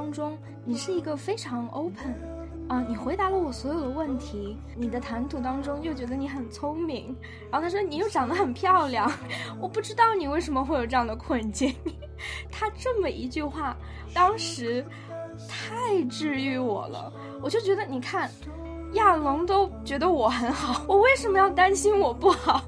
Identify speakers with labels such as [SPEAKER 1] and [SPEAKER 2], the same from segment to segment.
[SPEAKER 1] 当中，你是一个非常 open你回答了我所有的问题，你的谈吐当中又觉得你很聪明，然后他说你又长得很漂亮，我不知道你为什么会有这样的困境。他这么一句话当时太治愈我了，我就觉得你看亚龙都觉得我很好，我为什么要担心我不好？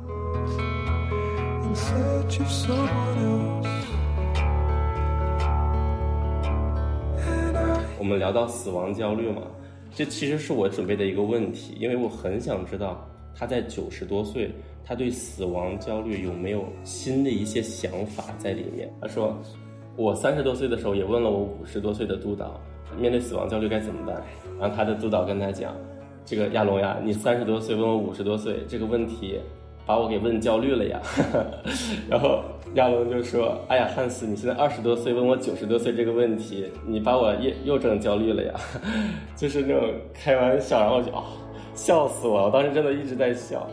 [SPEAKER 2] 我们聊到死亡焦虑嘛，这其实是我准备的一个问题，因为我很想知道他在90多岁，他对死亡焦虑有没有新的一些想法在里面。他说我30多岁的时候也问了我50多岁的督导，面对死亡焦虑该怎么办，然后他的督导跟他讲，这个亚龙呀，你30多岁问我50多岁这个问题把我给问焦虑了呀。然后亚龙就说，哎呀汉斯，你现在20多岁问我90多岁这个问题，你把我又整焦虑了呀。就是那种开玩笑，然后我就笑死我了，我当时真的一直在笑。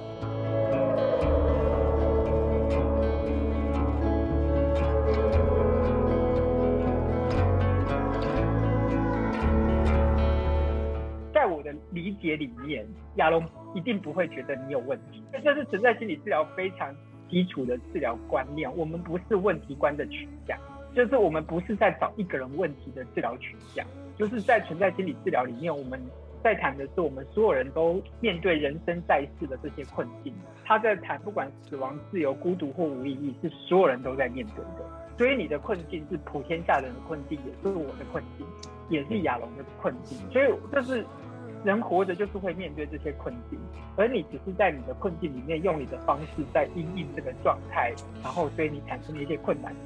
[SPEAKER 3] 在我的理解里面，亚龙一定不会觉得你有问题，这是存在心理治疗非常基础的治疗观念。我们不是问题观的取向，就是我们不是在找一个人问题的治疗取向，就是在存在心理治疗里面，我们在谈的是我们所有人都面对人生在世的这些困境。他在谈不管死亡、自由、孤独或无意义，是所有人都在面对的。所以你的困境是普天下人的困境，也是我的困境，也是亚龙的困境。所以这是人活着就是会面对这些困境，而你只是在你的困境里面用你的方式在因应这个状态，然后对你产生了一些困难。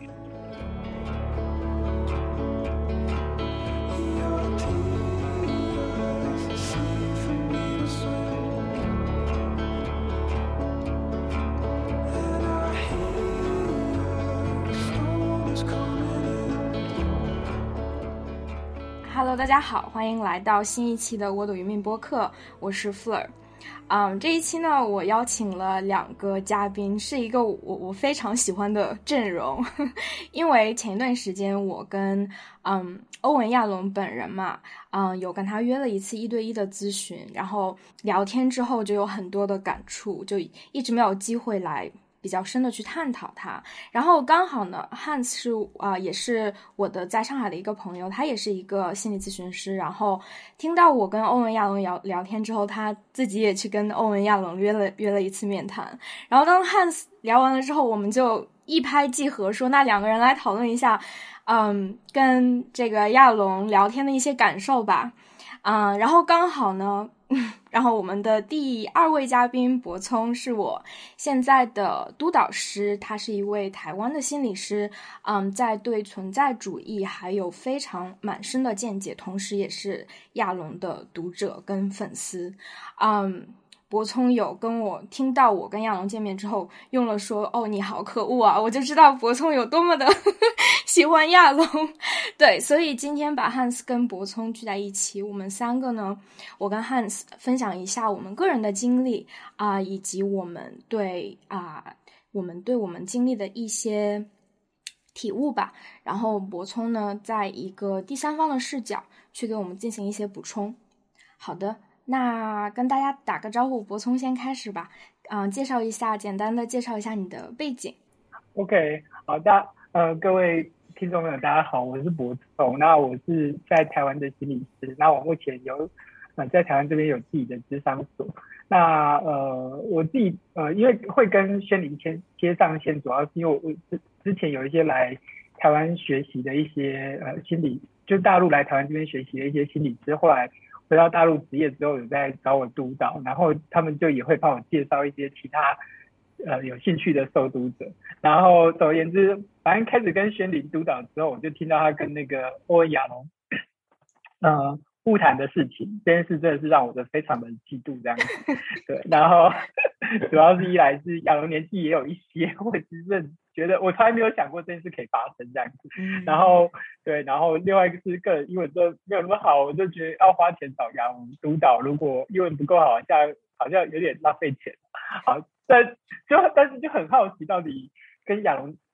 [SPEAKER 1] Hello， 大家好，欢迎来到新一期的我的渔民播客，我是 Fleur。这一期呢，我邀请了2个嘉宾，是一个我非常喜欢的阵容。因为前一段时间我跟欧文亚龙本人嘛，有跟他约了一次1对1的咨询，然后聊天之后就有很多的感触，就一直没有机会来比较深的去探讨它。然后刚好呢 Hans 是也是我的在上海的一个朋友，他也是一个心理咨询师，然后听到我跟欧文亚龙聊天之后，他自己也去跟欧文亚龙约了一次面谈。然后当 Hans 聊完了之后，我们就一拍即合，说那2个人来讨论一下跟这个亚龙聊天的一些感受吧。然后刚好呢然后我们的第2位嘉宾博聪是我现在的督导师，他是一位台湾的心理师，在对存在主义还有非常满深的见解，同时也是亚龙的读者跟粉丝。博聪有跟我听到我跟亚龙见面之后用了说你好可恶啊，我就知道博聪有多么的喜欢亚龙。对，所以今天把 Hans 跟博聪聚在一起，我们3个呢，我跟 Hans 分享一下我们个人的经历以及我们对我们经历的一些体悟吧，然后博聪呢在一个第3方的视角去给我们进行一些补充。好的，那跟大家打个招呼，博聪先开始吧。简单的介绍一下你的背景。
[SPEAKER 3] OK， 好的，各位听众朋友大家好，我是博聪，那我是在台湾的心理师，那我目前有在台湾这边有自己的咨商所。那我自己因为会跟轩林接上线，主要是因为我之前有一些来台湾学习的一些心理，就大陆来台湾这边学习的一些心理师，后来回到大陆职业之后有在找我督导，然后他们就也会帮我介绍一些其他有兴趣的受读者。然后总而言之，反正开始跟轩林督导之后，我就听到他跟那个欧文亚龙互谈的事情，这件事真的是让我非常的嫉妒这样子。对，然后主要是一来是亚龙年纪也有一些，我其实觉得我从来没有想过这件事可以发生这样子。然后对，然后另外一个是个人英文都没有那么好，我就觉得要花钱找亚龙督导，如果英文不够好像有点浪费钱。好，但是就很好奇，到底跟亚龙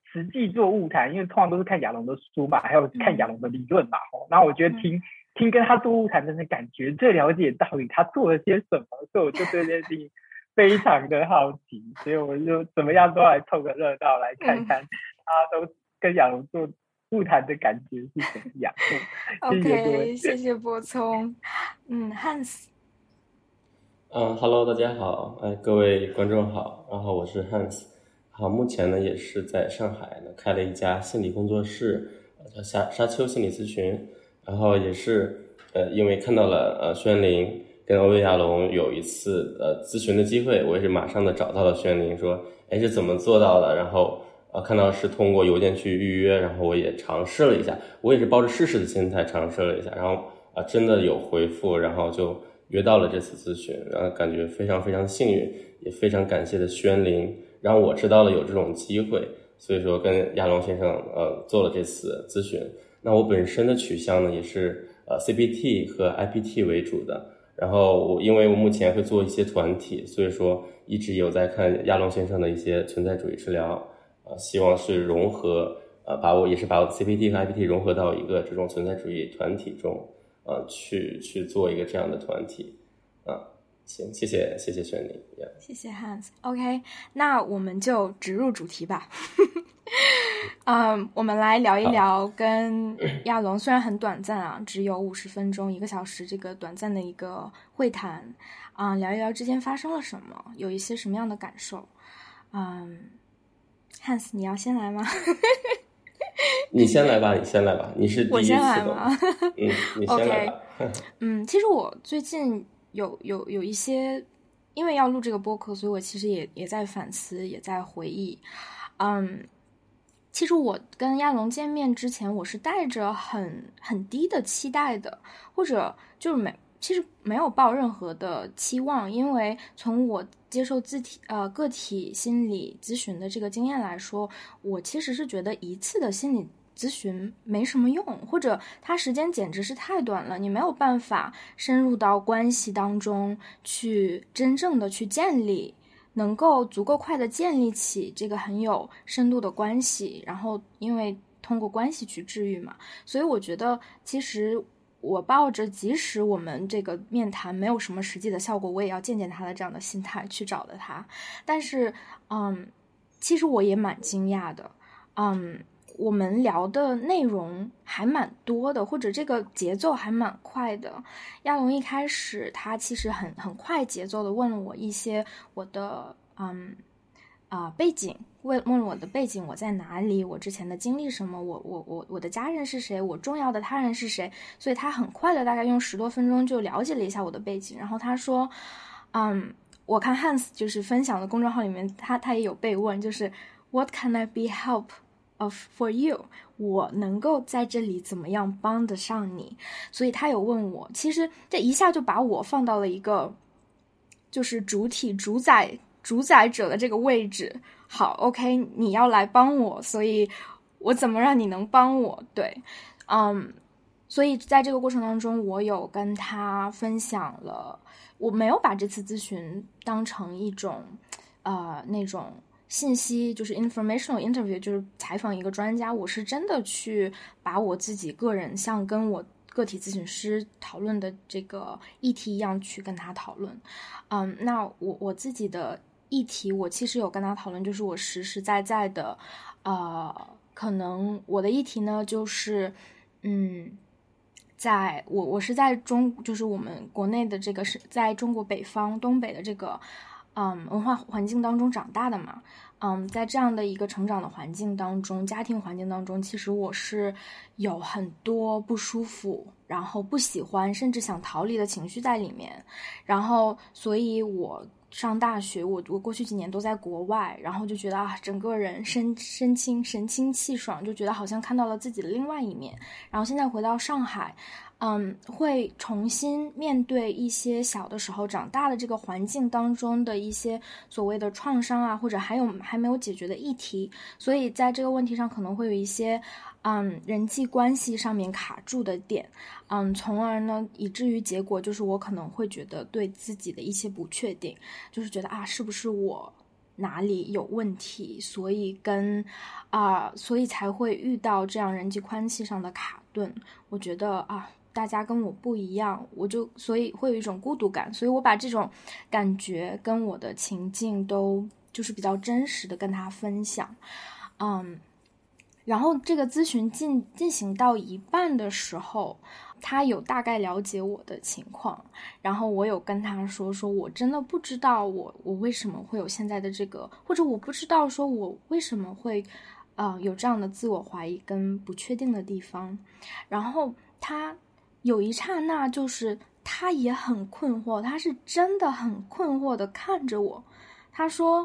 [SPEAKER 3] 实际做物谈，因为通常都是看亚龙的书嘛，还有看亚龙的理论嘛。然后我觉得听跟他做物谈真的感觉最了解到底他做了些什么，所以我就对这件事情非常的好奇，所以我就怎么样都来凑个热闹来看看他都跟亚龙做物谈的感觉是怎么样。
[SPEAKER 1] OK， 谢谢波聪。Hans。
[SPEAKER 2] Hello， 大家好，各位观众好，然后我是 Hans， 好，目前呢也是在上海呢开了一家心理工作室，叫沙丘心理咨询，然后也是因为看到了宣灵跟欧维亚龙有一次咨询的机会，我也是马上的找到了宣灵，说是怎么做到的，然后看到是通过邮件去预约，然后我也尝试了一下，我也是抱着试试的心态尝试了一下，然后真的有回复，然后就约到了这次咨询，然后感觉非常非常幸运，也非常感谢的宣灵让我知道了有这种机会，所以说跟亚龙先生做了这次咨询。那我本身的取向呢也是CBT 和 IPT 为主的，然后因为我目前会做一些团体，所以说一直有在看亚龙先生的一些存在主义治疗，希望是融合把我的 CBT 和 IPT 融合到一个这种存在主义团体中，去做一个这样的团体。行，谢谢宣灵，
[SPEAKER 1] 谢谢 Hans。 OK， 那我们就直入主题吧。我们来聊一聊跟亚龙虽然很短暂啊，只有50分钟1个小时这个短暂的一个会谈聊一聊之间发生了什么，有一些什么样的感受。Hans 你要先来吗？
[SPEAKER 2] 你先来吧，你是第一次的。
[SPEAKER 1] 我先来吗？
[SPEAKER 2] 你先来吧。
[SPEAKER 1] 其实我最近有一些，因为要录这个播客，所以我其实也在反思，也在回忆。其实我跟亚龙见面之前，我是带着很低的期待的，或者就是其实没有抱任何的期望，因为从我接受个体心理咨询的这个经验来说，我其实是觉得一次的心理咨询没什么用，或者它时间简直是太短了，你没有办法深入到关系当中去真正的去建立，能够足够快的建立起这个很有深度的关系，然后因为通过关系去治愈嘛，所以我觉得其实我抱着即使我们这个面谈没有什么实际的效果，我也要见见他的这样的心态去找的他。但是其实我也蛮惊讶的，我们聊的内容还蛮多的，或者这个节奏还蛮快的。亚龙一开始他其实很快节奏的问了我一些我的背景，问我的背景，我在哪里，我之前的经历什么，我的家人是谁，我重要的他人是谁，所以他很快的大概用10多分钟就了解了一下我的背景。然后他说我看 Hans 就是分享的公众号里面他也有被问，就是 What can I be help for you， 我能够在这里怎么样帮得上你，所以他有问我，其实这一下就把我放到了一个就是主宰者的这个位置。好 OK， 你要来帮我，所以我怎么让你能帮我。对所以在这个过程当中，我有跟他分享了，我没有把这次咨询当成一种那种信息，就是 informational interview， 就是采访一个专家，我是真的去把我自己个人像跟我个体咨询师讨论的这个议题一样去跟他讨论。那我自己的议题，我其实有跟他讨论，就是我实实在在的可能我的议题呢就是我是在就是我们国内的这个是在中国北方东北的这个文化环境当中长大的嘛。在这样的一个成长的环境当中，家庭环境当中，其实我是有很多不舒服，然后不喜欢甚至想逃离的情绪在里面。然后所以我上大学，我过去几年都在国外，然后就觉得整个人神清气爽，就觉得好像看到了自己的另外一面。然后现在回到上海，会重新面对一些小的时候长大的这个环境当中的一些所谓的创伤啊，或者还没有解决的议题，所以在这个问题上可能会有一些人际关系上面卡住的点，从而呢以至于结果就是我可能会觉得对自己的一些不确定，就是觉得是不是我哪里有问题，所以才会遇到这样人际关系上的卡顿。我觉得大家跟我不一样，所以会有一种孤独感，所以我把这种感觉跟我的情境都就是比较真实的跟他分享。然后这个咨询进行到一半的时候，他有大概了解我的情况，然后我有跟他说我真的不知道我为什么会有现在的这个，或者我不知道说我为什么会有这样的自我怀疑跟不确定的地方。然后他有一刹那就是他也很困惑，他是真的很困惑的看着我，他说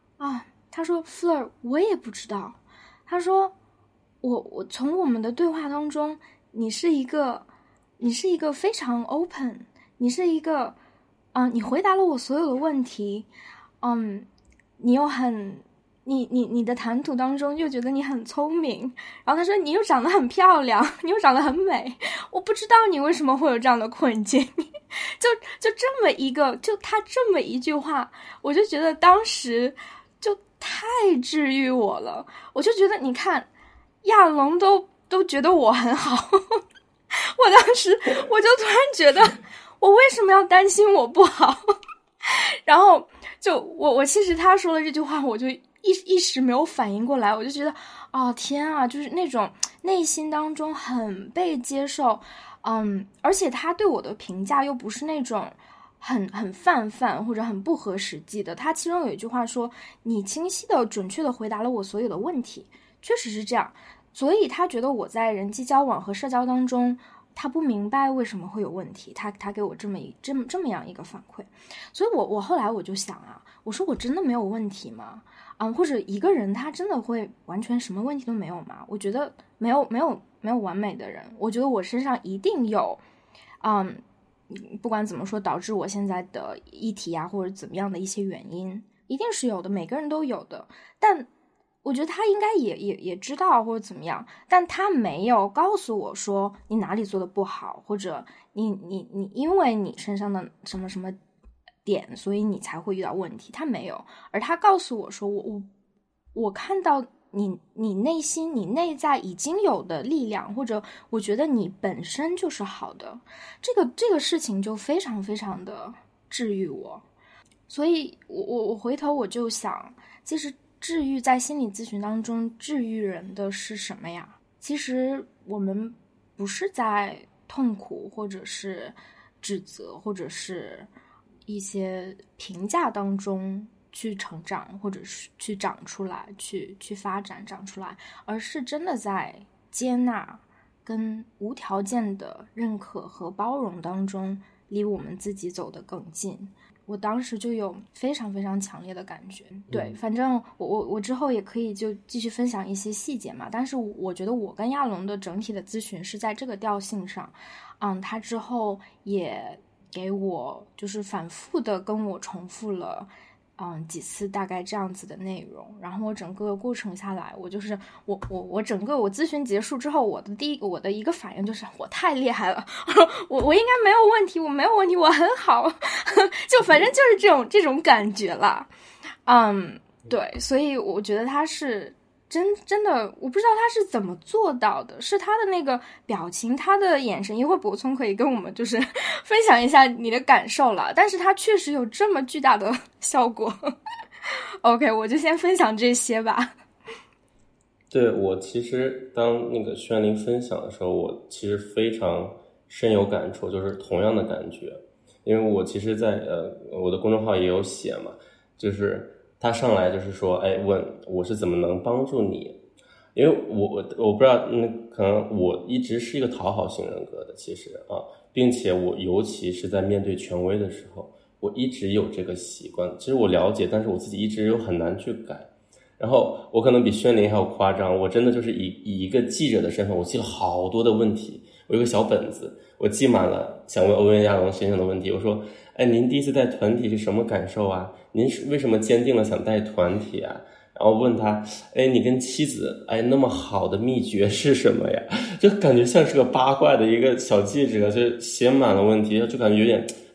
[SPEAKER 1] Fleur 我也不知道，他说我从我们的对话当中，你是一个非常 open， 你是一个你回答了我所有的问题，你又很你的谈吐当中又觉得你很聪明，然后他说你又长得很漂亮，你又长得很美，我不知道你为什么会有这样的困境。就这么一个，就他这么一句话，我就觉得当时就太治愈我了。我就觉得你看亚龙都觉得我很好我当时我就突然觉得我为什么要担心我不好然后就我其实他说了这句话，我就一时没有反应过来，我就觉得天啊，就是那种内心当中很被接受，而且他对我的评价又不是那种很泛或者很不合实际的。他其中有一句话说，你清晰的准确的回答了我所有的问题，确实是这样。所以他觉得我在人际交往和社交当中，他不明白为什么会有问题，他给我这么样一个反馈。所以我后来我就想我说我真的没有问题吗？或者一个人他真的会完全什么问题都没有吗？我觉得没有完美的人，我觉得我身上一定有不管怎么说导致我现在的议题或者怎么样的一些原因，一定是有的，每个人都有的。但我觉得他应该也知道或者怎么样，但他没有告诉我说你哪里做的不好，或者你因为你身上的什么什么点，所以你才会遇到问题，他没有。而他告诉我说我看到你内心你内在已经有的力量，或者我觉得你本身就是好的，这个事情就非常非常的治愈我。所以我回头我就想，其实治愈在心理咨询当中治愈人的是什么呀？其实我们不是在痛苦或者是指责或者是一些评价当中去成长，或者是去长出来，去发展长出来，而是真的在接纳跟无条件的认可和包容当中离我们自己走得更近。我当时就有非常非常强烈的感觉。对，反正我之后也可以就继续分享一些细节嘛，但是我觉得我跟亚龙的整体的咨询是在这个调性上。他之后也给我就是反复的跟我重复了几次大概这样子的内容，然后我整个过程下来，我就是我整个我咨询结束之后，我的一个反应就是我太厉害了，我应该没有问题，我没有问题，我很好就反正就是这种感觉啦。对，所以我觉得他是真的，我不知道他是怎么做到的，是他的那个表情，他的眼神，一会儿博聪可以跟我们就是分享一下你的感受了，但是他确实有这么巨大的效果。OK， 我就先分享这些吧。
[SPEAKER 2] 对，我其实当那个轩琳分享的时候，我其实非常深有感触，就是同样的感觉。因为我其实在我的公众号也有写嘛，就是他上来就是说，问我是怎么能帮助你？因为我不知道，可能我一直是一个讨好型人格的，其实并且我尤其是在面对权威的时候，我一直有这个习惯。其实我了解，但是我自己一直又很难去改。然后我可能比轩琳还要夸张，我真的就是以一个记者的身份，我记了好多的问题，我有个小本子，我记满了想问欧文亚龙先生的问题。我说，您第一次带团体是什么感受啊？您是为什么坚定了想带团体啊？然后问他，你跟妻子那么好的秘诀是什么呀？就感觉像是个八卦的一个小记者，就写满了问题，就感觉有点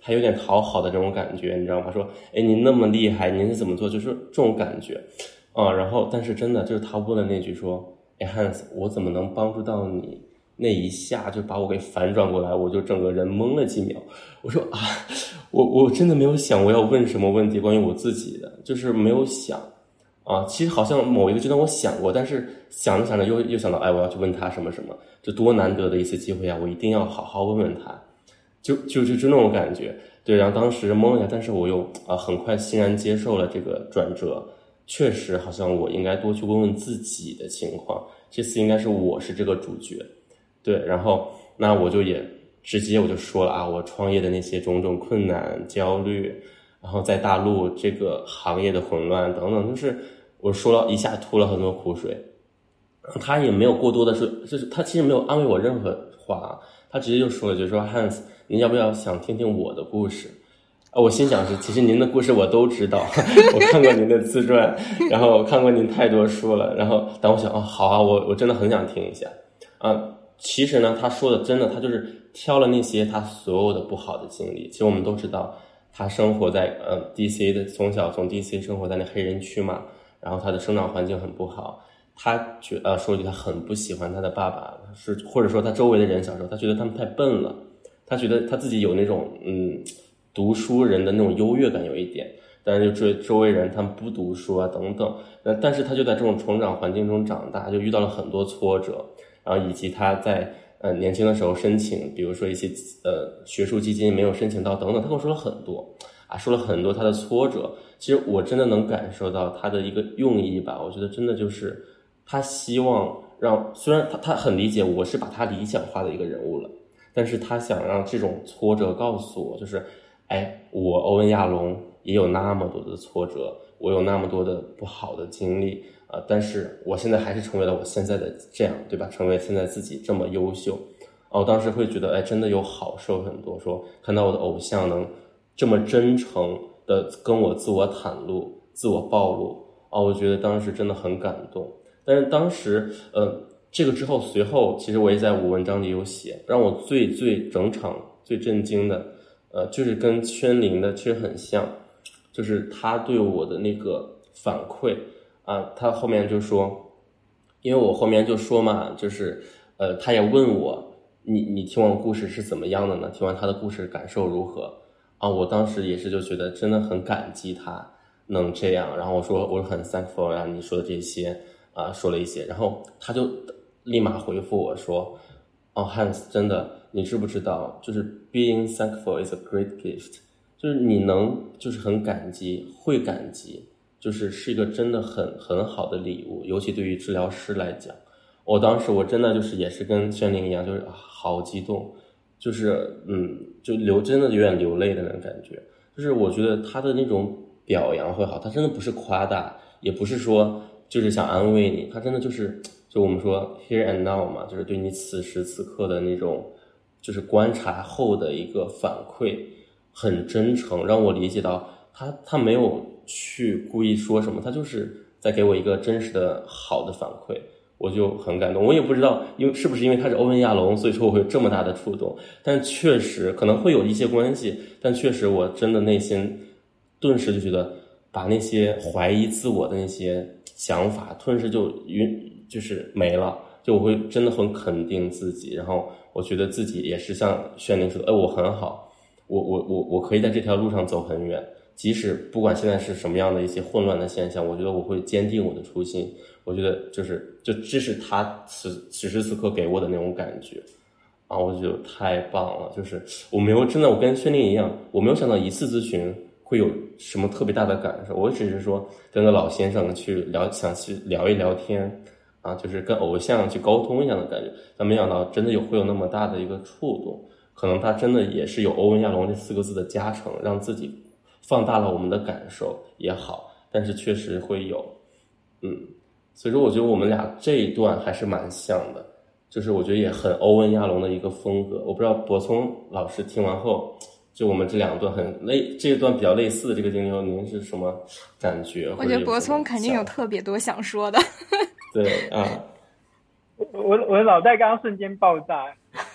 [SPEAKER 2] 还有点讨好的这种感觉，你知道吗？说哎您那么厉害，您是怎么做，就是这种感觉然后但是真的就是他问了那句说哎 Hans 我怎么能帮助到你，那一下就把我给反转过来，我就整个人懵了几秒。我说我真的没有想我要问什么问题关于我自己的，就是没有想其实好像某一个阶段我想过，但是想着想着又想到哎我要去问他什么什么，这多难得的一次机会啊，我一定要好好问问他，就那种感觉。对，然后当时懵了一下，但是我又很快欣然接受了这个转折，确实好像我应该多去问问自己的情况，这次应该是我是这个主角。对，然后那我就也直接我就说了我创业的那些种种困难焦虑，然后在大陆这个行业的混乱等等，就是我说了一下吐了很多苦水。他也没有过多的说，就是他其实没有安慰我任何话他直接就说了，就说 Hans 您要不要想听听我的故事我心想是其实您的故事我都知道我看过您的自传，然后看过您太多书了，然后但我想好我真的很想听一下其实呢他说的真的他就是挑了那些他所有的不好的经历。其实我们都知道他生活在DC 的，从小从 DC 生活在那黑人区嘛，然后他的生长环境很不好，他说一句他很不喜欢他的爸爸，或者说他周围的人小时候他觉得他们太笨了，他觉得他自己有那种读书人的那种优越感有一点，但是就周围人他们不读书等等，但是他就在这种成长环境中长大，就遇到了很多挫折，然后以及他在年轻的时候申请比如说一些学术基金没有申请到等等，他跟我说了很多说了很多他的挫折。其实我真的能感受到他的一个用意吧，我觉得真的就是他希望让，虽然他很理解我是把他理想化的一个人物了，但是他想让这种挫折告诉我，就是我欧文亚龙也有那么多的挫折，我有那么多的不好的经历但是我现在还是成为了我现在的这样，对吧？成为现在自己这么优秀我当时会觉得真的有好受很多，说看到我的偶像能这么真诚的跟我自我袒露自我暴露我觉得当时真的很感动。但是当时这个之后随后其实我也在我文章里有写，让我最整场最震惊的就是跟宣灵的其实很像，就是他对我的那个反馈他后面就说，因为我后面就说嘛，就是他也问我你听完故事是怎么样的呢？听完他的故事感受如何我当时也是就觉得真的很感激他能这样，然后我很 thankful 你说的这些说了一些，然后他就立马回复我说Hans 真的你知不知道，就是 being thankful is a great gift， 就是你能就是很感激会感激，是一个真的很好的礼物，尤其对于治疗师来讲。我当时我真的就是也是跟宣灵一样，就是好激动，就是就真的有点流泪的那种感觉。就是我觉得他的那种表扬会好，他真的不是夸大，也不是说就是想安慰你，他真的就我们说 here and now 嘛，就是对你此时此刻的那种就是观察后的一个反馈，很真诚，让我理解到他没有去故意说什么，他就是在给我一个真实的好的反馈，我就很感动。我也不知道是不是因为他是欧文亚龙，所以说我会有这么大的触动，但确实可能会有一些关系，但确实我真的内心顿时就觉得把那些怀疑自我的那些想法顿时就是没了，就我会真的很肯定自己，然后我觉得自己也是像宣灵说的我很好，我可以在这条路上走很远，即使不管现在是什么样的一些混乱的现象，我觉得我会坚定我的初心。我觉得就这是他此时此刻给我的那种感觉我觉得太棒了。就是我跟宣灵一样，我没有想到一次咨询会有什么特别大的感受，我只是说跟个老先生想去聊一聊天就是跟偶像去沟通一样的感觉，但没想到真的会有那么大的一个触动。可能他真的也是有欧文亚龙这4个字的加成，让自己放大了我们的感受也好，但是确实会有所以说我觉得我们俩这一段还是蛮像的，就是我觉得也很欧文亚龙的一个风格。我不知道博聪老师听完后，就我们这两段这一段比较类似的这个经历后，您是什么感觉？
[SPEAKER 1] 我觉得博聪肯定有特别多想说的。
[SPEAKER 2] 对
[SPEAKER 3] 我的脑袋刚刚瞬间爆炸，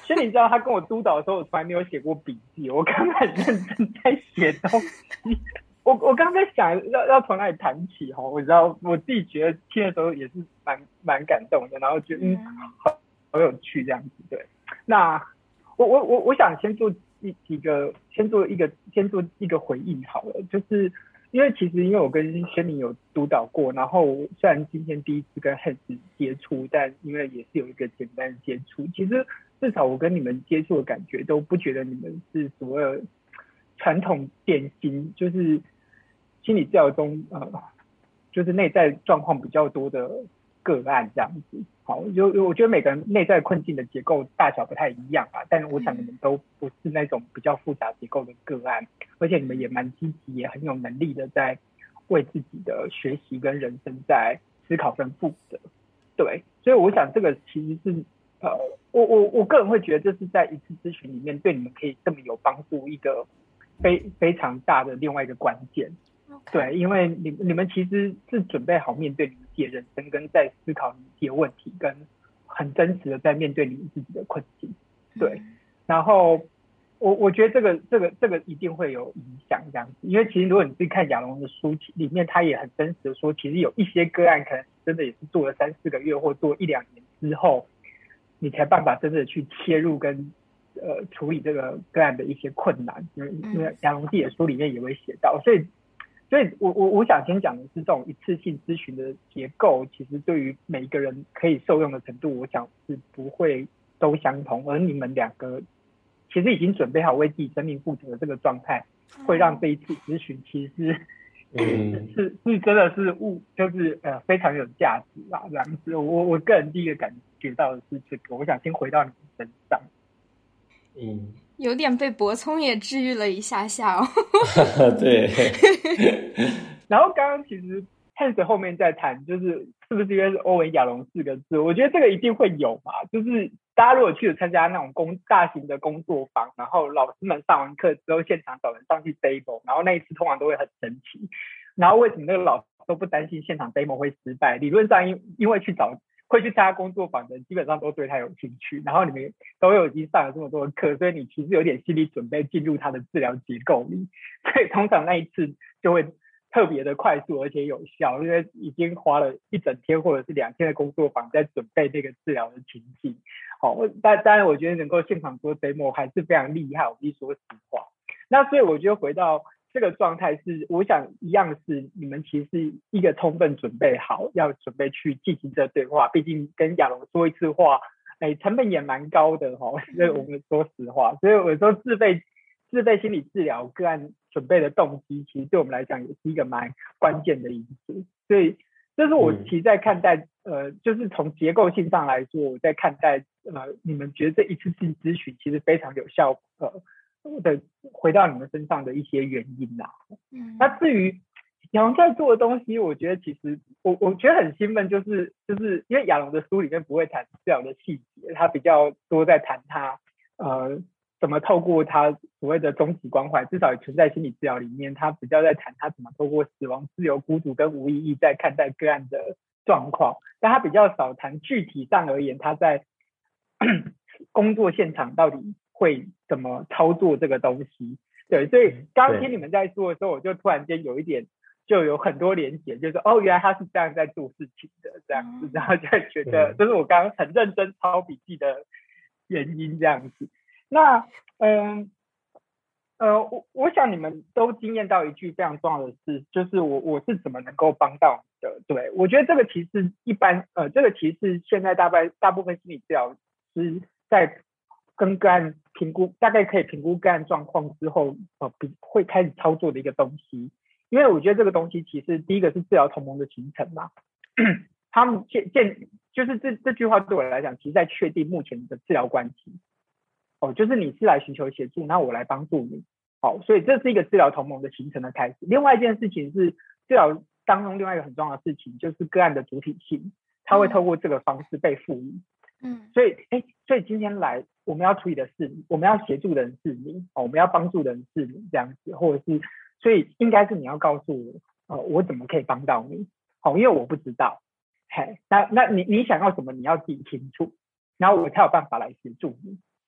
[SPEAKER 3] 所以你知道他跟我督导的时候，我从来没有写过笔记，我刚才很认真在写东西。我刚才想要从哪里谈起哈，我知道我自己觉得听的时候也是蛮感动的，然后觉得好有趣这样子。对，那我想先做一个回应好了，就是因为我跟轩宁有督导过，然后虽然今天第一次跟 Hans 接触，但因为也是有一个简单的接触，其实至少我跟你们接触的感觉都不觉得你们是所谓传统典型，就是心理治疗中就是内在状况比较多的个案这样子。好，我觉得每个人内在困境的结构大小不太一样啊，但我想你们都不是那种比较复杂结构的个案，而且你们也蛮积极，也很有能力的在为自己的学习跟人生在思考跟负责。对，所以我想这个其实是我个人会觉得这是在一次咨询里面对你们可以这么有帮助一个非常大的另外一个关键。对，因为你们其实是准备好面对你们自己的人生，跟在思考你自己的问题，跟很真实的在面对你们自己的困境。对，然后我觉得这个一定会有影响这样子，因为其实如果你自己看亚龙的书里面，他也很真实的说，其实有一些个案可能真的也是做了3-4个月或做1-2年之后，你才办法真的去切入跟处理这个个案的一些困难，因为亚龙自己的书里面也会写到，所以我想先讲的是这种一次性咨询的结构，其实对于每一个人可以受用的程度，我想是不会都相同，而你们两个其实已经准备好为自己生命负责的这个状态，会让这一次咨询其实是真的是就是非常有价值啦这样子。我个人第一个感觉到的是这个，我想先回到你们身上。
[SPEAKER 1] 有点被博聪也治愈了一下哦。
[SPEAKER 2] 对。
[SPEAKER 3] 然后刚刚其实 Hans 后面在谈，就是是不是因为是欧文亚龙4个字，我觉得这个一定会有嘛，就是大家如果去参加那种大型的工作坊，然后老师们上完课之后现场找人上去 demo， 然后那一次通常都会很神奇，然后为什么那个老师都不担心现场 demo 会失败？理论上因为会去参加工作坊的人基本上都对他有兴趣，然后你们都有已经上了这么多的课，所以你其实有点心理准备进入他的治疗结构里，所以通常那一次就会特别的快速而且有效，因为已经花了1整天或者是2天的工作坊在准备这个治疗的情境。好，当然我觉得能够现场做 demo 还是非常厉害，我必须说实话。那所以我觉得回到这个状态是，我想一样是你们其实一个充分准备好，要准备去进行这对话。毕竟跟亚龙说一次话，成本也蛮高的哈。所以我们说实话，所以我说自费心理治疗个案准备的动机，其实对我们来讲也是一个蛮关键的因素。所以这是我其实在看待就是从结构性上来说，我在看待你们觉得这一次性咨询其实非常有效的回到你们身上的一些原因啦。那至于亚龙在做的东西，我觉得其实我觉得很兴奋，就是因为亚龙的书里面不会谈治疗的细节，他比较多在谈他怎么透过他所谓的终极关怀，至少存在心理治疗里面，他比较在谈他怎么透过死亡、自由、孤独跟无意义在看待个案的状况，但他比较少谈具体上而言他在工作现场到底会怎么操作这个东西。对，所以刚刚听你们在说的时候，我就突然间就有很多连结，就是原来他是这样在做事情的这样子，然后就会觉得这是我刚刚很认真抄笔记的原因这样子。那我想你们都经验到一句非常重要的事，就是我是怎么能够帮到你的。对，我觉得这个其实一般这个其实现在大部分心理治疗师在跟个案评估，大概可以评估个案状况之后会开始操作的一个东西。因为我觉得这个东西其实第一个是治疗同盟的形成嘛，他们就是这句话对我来讲，其实在确定目前的治疗关系。就是你是来寻求协助，那我来帮助你。所以这是一个治疗同盟的形成的开始。另外一件事情是治疗当中另外一个很重要的事情，就是个案的主体性，它会透过这个方式被赋予。所以今天来我们要处理的是你，我们要协助的人是你，我们要帮助的人是你这样子，或者是所以应该是你要告诉我我怎么可以帮到你。因为我不知道。那你想要什么你要自己清楚，然后我才有办法来协助你。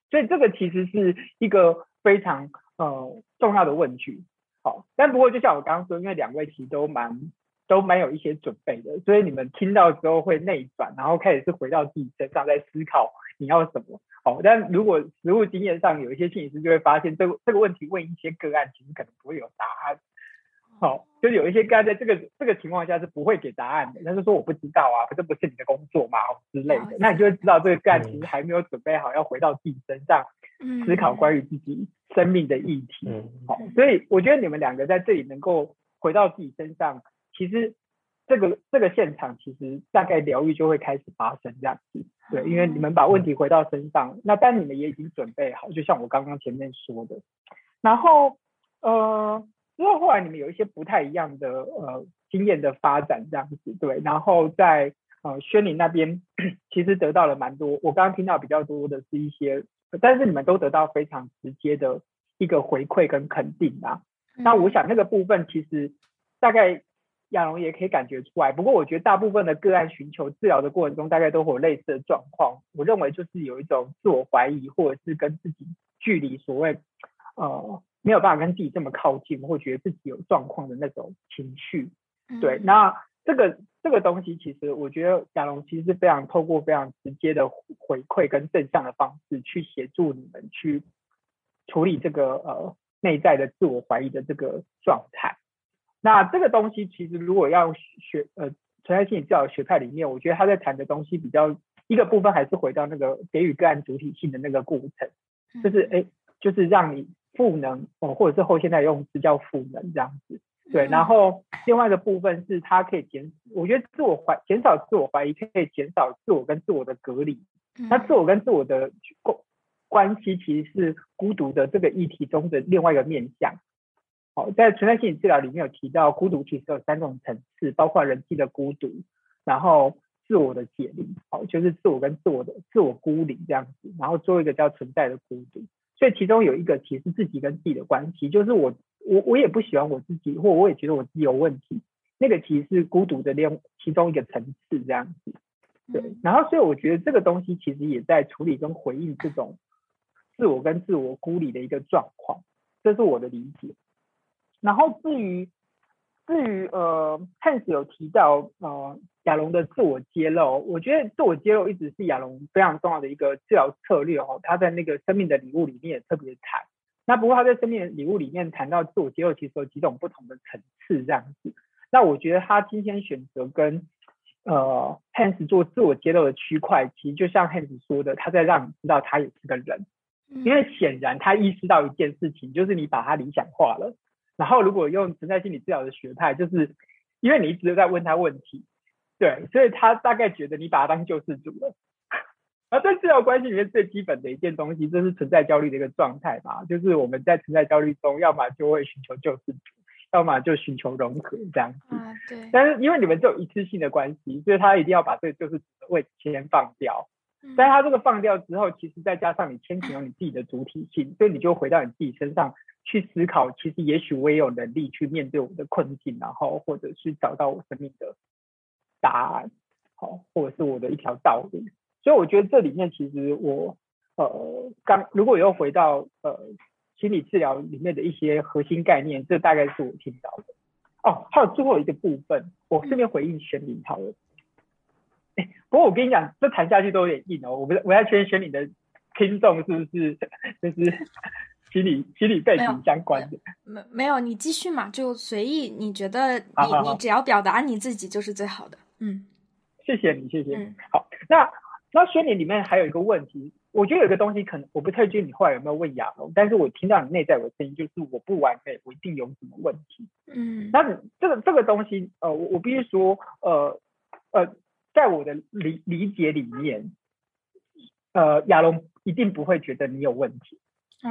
[SPEAKER 3] 所以这个其实是一个非常重要的问句。好，但不过就像我刚刚说，因为两位其实都蛮有一些准备的，所以你们听到之后会内转，然后开始是回到自己身上在思考你要什么。好，但如果实务经验上有一些心理师就会发现，这个问题问一些个案，其实可能不会有答案。好，就是有一些个案在这个情况下是不会给答案的，他就说我不知道啊，这不是你的工作嘛之类的。那你就会知道这个个案其实还没有准备好要回到自己身上思考关于自己生命的议题。好，所以我觉得你们两个在这里能够回到自己身上，其实这个现场其实大概疗愈就会开始发生这样子。对，因为你们把问题回到身上，那但你们也已经准备好，就像我刚刚前面说的。然后之后后来你们有一些不太一样的经验的发展这样子。对，然后在轩宁那边其实得到了蛮多，我刚刚听到比较多的是一些，但是你们都得到非常直接的一个回馈跟肯定啊。那我想那个部分其实大概亚龙也可以感觉出来，不过我觉得大部分的个案寻求治疗的过程中大概都会有类似的状况。我认为就是有一种自我怀疑，或者是跟自己距离所谓没有办法跟自己这么靠近，或觉得自己有状况的那种情绪。对，那这个东西其实我觉得亚龙其实是非常透过非常直接的回馈跟正向的方式去协助你们去处理这个内在的自我怀疑的这个状态。那这个东西其实如果要存在心理治疗学派里面，我觉得他在谈的东西比较一个部分还是回到那个给予个案主体性的那个过程，就是让你赋能或者是后现代用词叫赋能这样子。对，然后另外一个部分是它可以我觉得减少自我怀疑，可以减少自我跟自我的隔离。那自我跟自我的关系其实是孤独的这个议题中的另外一个面向。好，在存在心理治疗里面有提到，孤独其实有3种层次，包括人际的孤独，然后自我的解离，好，就是自我跟自我孤立这样子，然后最后一个叫存在的孤独。所以其中有一个其实自己跟自己的关系，就是我也不喜欢我自己，或我也觉得我自己有问题，那个其实是孤独的其中一个层次这样子。对，然后所以我觉得这个东西其实也在处理跟回应这种自我跟自我孤立的一个状况，这是我的理解。然后至于Hans 有提到亚龙的自我揭露，我觉得自我揭露一直是亚龙非常重要的一个治疗策略他在那个生命的礼物里面也特别谈。那不过他在生命的礼物里面谈到自我揭露其实有几种不同的层次这样子。那我觉得他今天选择跟Hans 做自我揭露的区块，其实就像 Hans 说的，他在让你知道他也是个人。因为显然他意识到一件事情，就是你把他理想化了。然后如果用存在心理治疗的学派，就是因为你一直在问他问题，对，所以他大概觉得你把他当救世主了。而在治疗关系里面最基本的一件东西，这是存在焦虑的一个状态嘛，就是我们在存在焦虑中，要么就会寻求救世主，要么就寻求融合这样子。
[SPEAKER 1] 对。
[SPEAKER 3] 但是因为你们就有一次性的关系，所以他一定要把这个救世主的位置先放掉。但是他这个放掉之后，其实再加上你牵扯有你自己的主体性，所以你就回到你自己身上去思考，其实也许我也有能力去面对我的困境，然后或者是找到我生命的答案，好，或者是我的一条道路。所以我觉得这里面其实我如果又回到心理治疗里面的一些核心概念，这大概是我听到的。还有最后一个部分，我顺便回应轩宁好了。不过我跟你讲，这谈下去都有点硬我在确认轩宁的听众是不是就是心理背景相关的。
[SPEAKER 1] 没有，你继续嘛，就随意，你觉得你只要表达你自己就是最好的。
[SPEAKER 3] 谢谢你。好，那轩宁里面还有一个问题，我觉得有一个东西可能我不太确定你后来有没有问亚龙，但是我听到你内在有声音，就是我不完美，我一定有什么问题。那这个东西我必须说在我的理解里面亚龙一定不会觉得你有问题。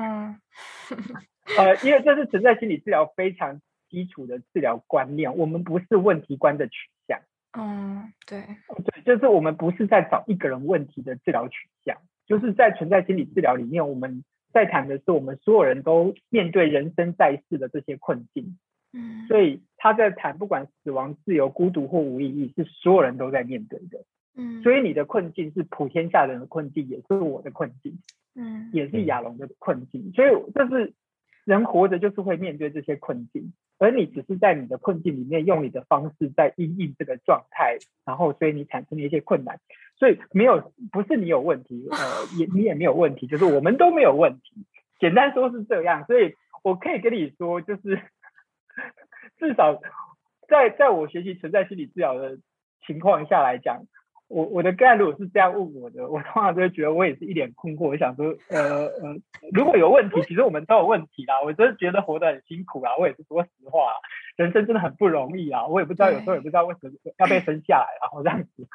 [SPEAKER 3] 因为这是存在心理治疗非常基础的治疗观念，我们不是问题观的取向。
[SPEAKER 1] 对，
[SPEAKER 3] 就是我们不是在找一个人问题的治疗取向，就是在存在心理治疗里面，我们在谈的是我们所有人都面对人生在世的这些困境。所以他在谈不管死亡、自由、孤独或无意义，是所有人都在面对的。 所以你的困境是普天下人的困境，也是我的困境，也是亚龙的困境。所以就是人活着就是会面对这些困境，而你只是在你的困境里面用你的方式在因应这个状态，然后所以你产生了一些困难。所以不是你有问题，你也没有问题，就是我们都没有问题。简单说是这样，所以我可以跟你说，就是至少在我学习存在心理治疗的情况下来讲，我的个案如果是这样问我的，我通常就会觉得我也是一脸困惑。我想说，如果有问题，其实我们都有问题啦。我真的觉得活得很辛苦啦，我也是说实话啦，人生真的很不容易啦。我也不知道，有时候也不知道为什么要被生下来，然后这样子，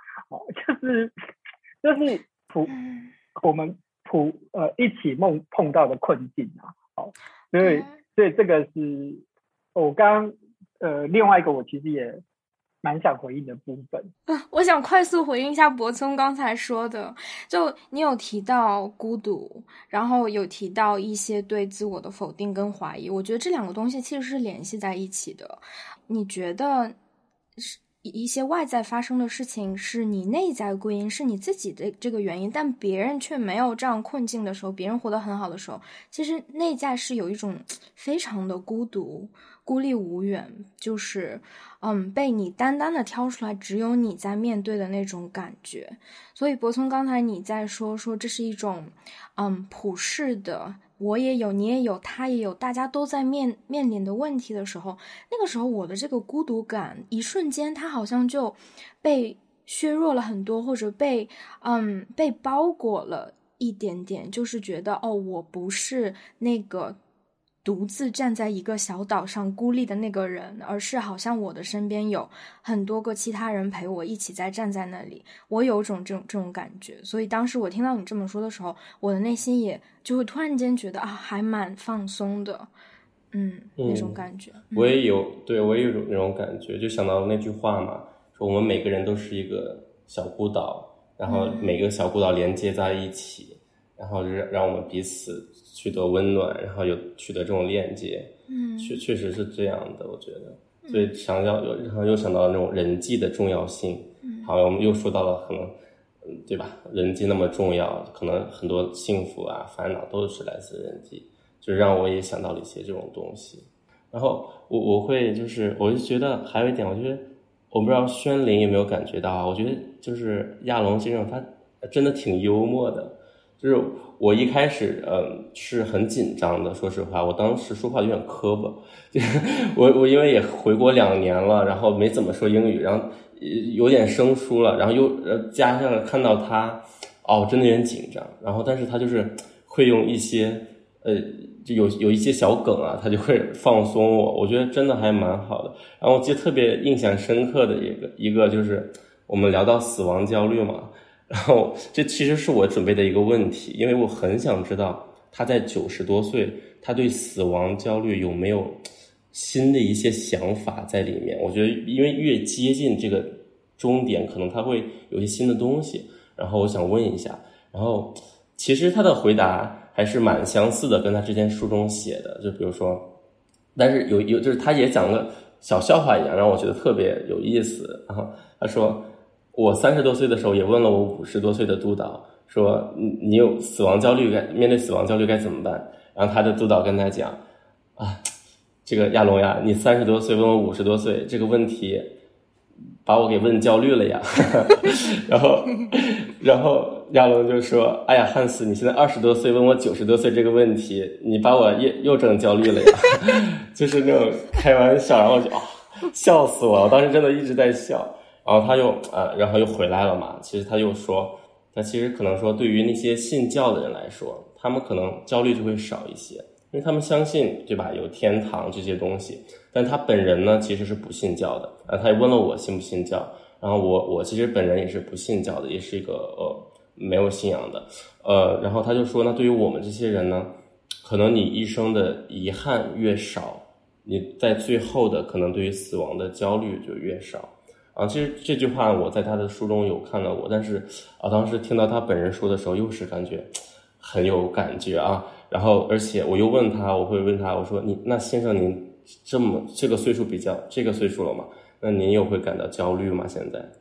[SPEAKER 3] 就是我们一起碰到的困境啊。所以这个是我刚另外一个我其实也蛮想回应的部分。
[SPEAKER 1] 我想快速回应一下博聪刚才说的，就你有提到孤独，然后有提到一些对自我的否定跟怀疑，我觉得这两个东西其实是联系在一起的。你觉得一些外在发生的事情是你内在归因，是你自己的这个原因，但别人却没有这样困境的时候，别人活得很好的时候，其实内在是有一种非常的孤独、孤立无援，就是被你单单的挑出来，只有你在面对的那种感觉。所以博聪刚才你在说这是一种普世的，我也有，你也有，他也有，大家都在面临的问题的时候，那个时候我的这个孤独感一瞬间它好像就被削弱了很多，或者被包裹了一点点，就是觉得我不是那个独自站在一个小岛上孤立的那个人，而是好像我的身边有很多个其他人陪我一起在站在那里，我有种这种感觉。所以当时我听到你这么说的时候，我的内心也就会突然间觉得还蛮放松的，那种感觉。
[SPEAKER 2] 我也有那种感觉，就想到那句话嘛，说我们每个人都是一个小孤岛，然后每个小孤岛连接在一起，然后让我们彼此取得温暖，然后有取得这种链接。确实是这样的，我觉得。所以然后又想到那种人际的重要性。好，我们又说到了可能对吧，人际那么重要，可能很多幸福啊烦恼都是来自人际，就让我也想到了一些这种东西。然后我就觉得还有一点，我觉得我不知道宣灵有没有感觉到啊，我觉得就是亚龙先生他真的挺幽默的。就是我一开始是很紧张的，说实话，我当时说话有点磕巴，就是我因为也回国2年了，然后没怎么说英语，然后有点生疏了，然后又加上看到他真的有点紧张，然后但是他就是会用一些就有一些小梗啊，他就会放松我觉得真的还蛮好的。然后我记得特别印象深刻的一个就是我们聊到死亡焦虑嘛，然后这其实是我准备的一个问题，因为我很想知道他在90多岁，他对死亡焦虑有没有新的一些想法在里面。我觉得因为越接近这个终点，可能他会有一些新的东西，然后我想问一下。然后其实他的回答还是蛮相似的，跟他之前书中写的，就比如说，但是有就是他也讲了小笑话一样，让我觉得特别有意思。然后他说，我30多岁的时候也问了我50多岁的督导，说你有死亡焦虑，面对死亡焦虑该怎么办？然后他的督导跟他讲这个亚龙呀，你30多岁问我50多岁这个问题，把我给问焦虑了呀。然后亚龙就说，哎呀汉斯，你现在20多岁问我90多岁这个问题，你把我又整焦虑了呀。就是那种开玩笑，然后就笑死我了，我当时真的一直在笑。然后他又回来了嘛。其实他又说，他其实可能说对于那些信教的人来说，他们可能焦虑就会少一些，因为他们相信对吧，有天堂这些东西。但他本人呢其实是不信教的。他也问了我信不信教，然后我其实本人也是不信教的，也是一个没有信仰的。然后他就说呢，对于我们这些人呢，可能你一生的遗憾越少，你在最后的可能对于死亡的焦虑就越少。其实这句话我在他的书中有看到过，但是当时听到他本人说的时候，又是感觉很有感觉啊。然后而且我又问他，我说那先生您这个岁数比较这个岁数了嘛，那您又会感到焦虑吗？现在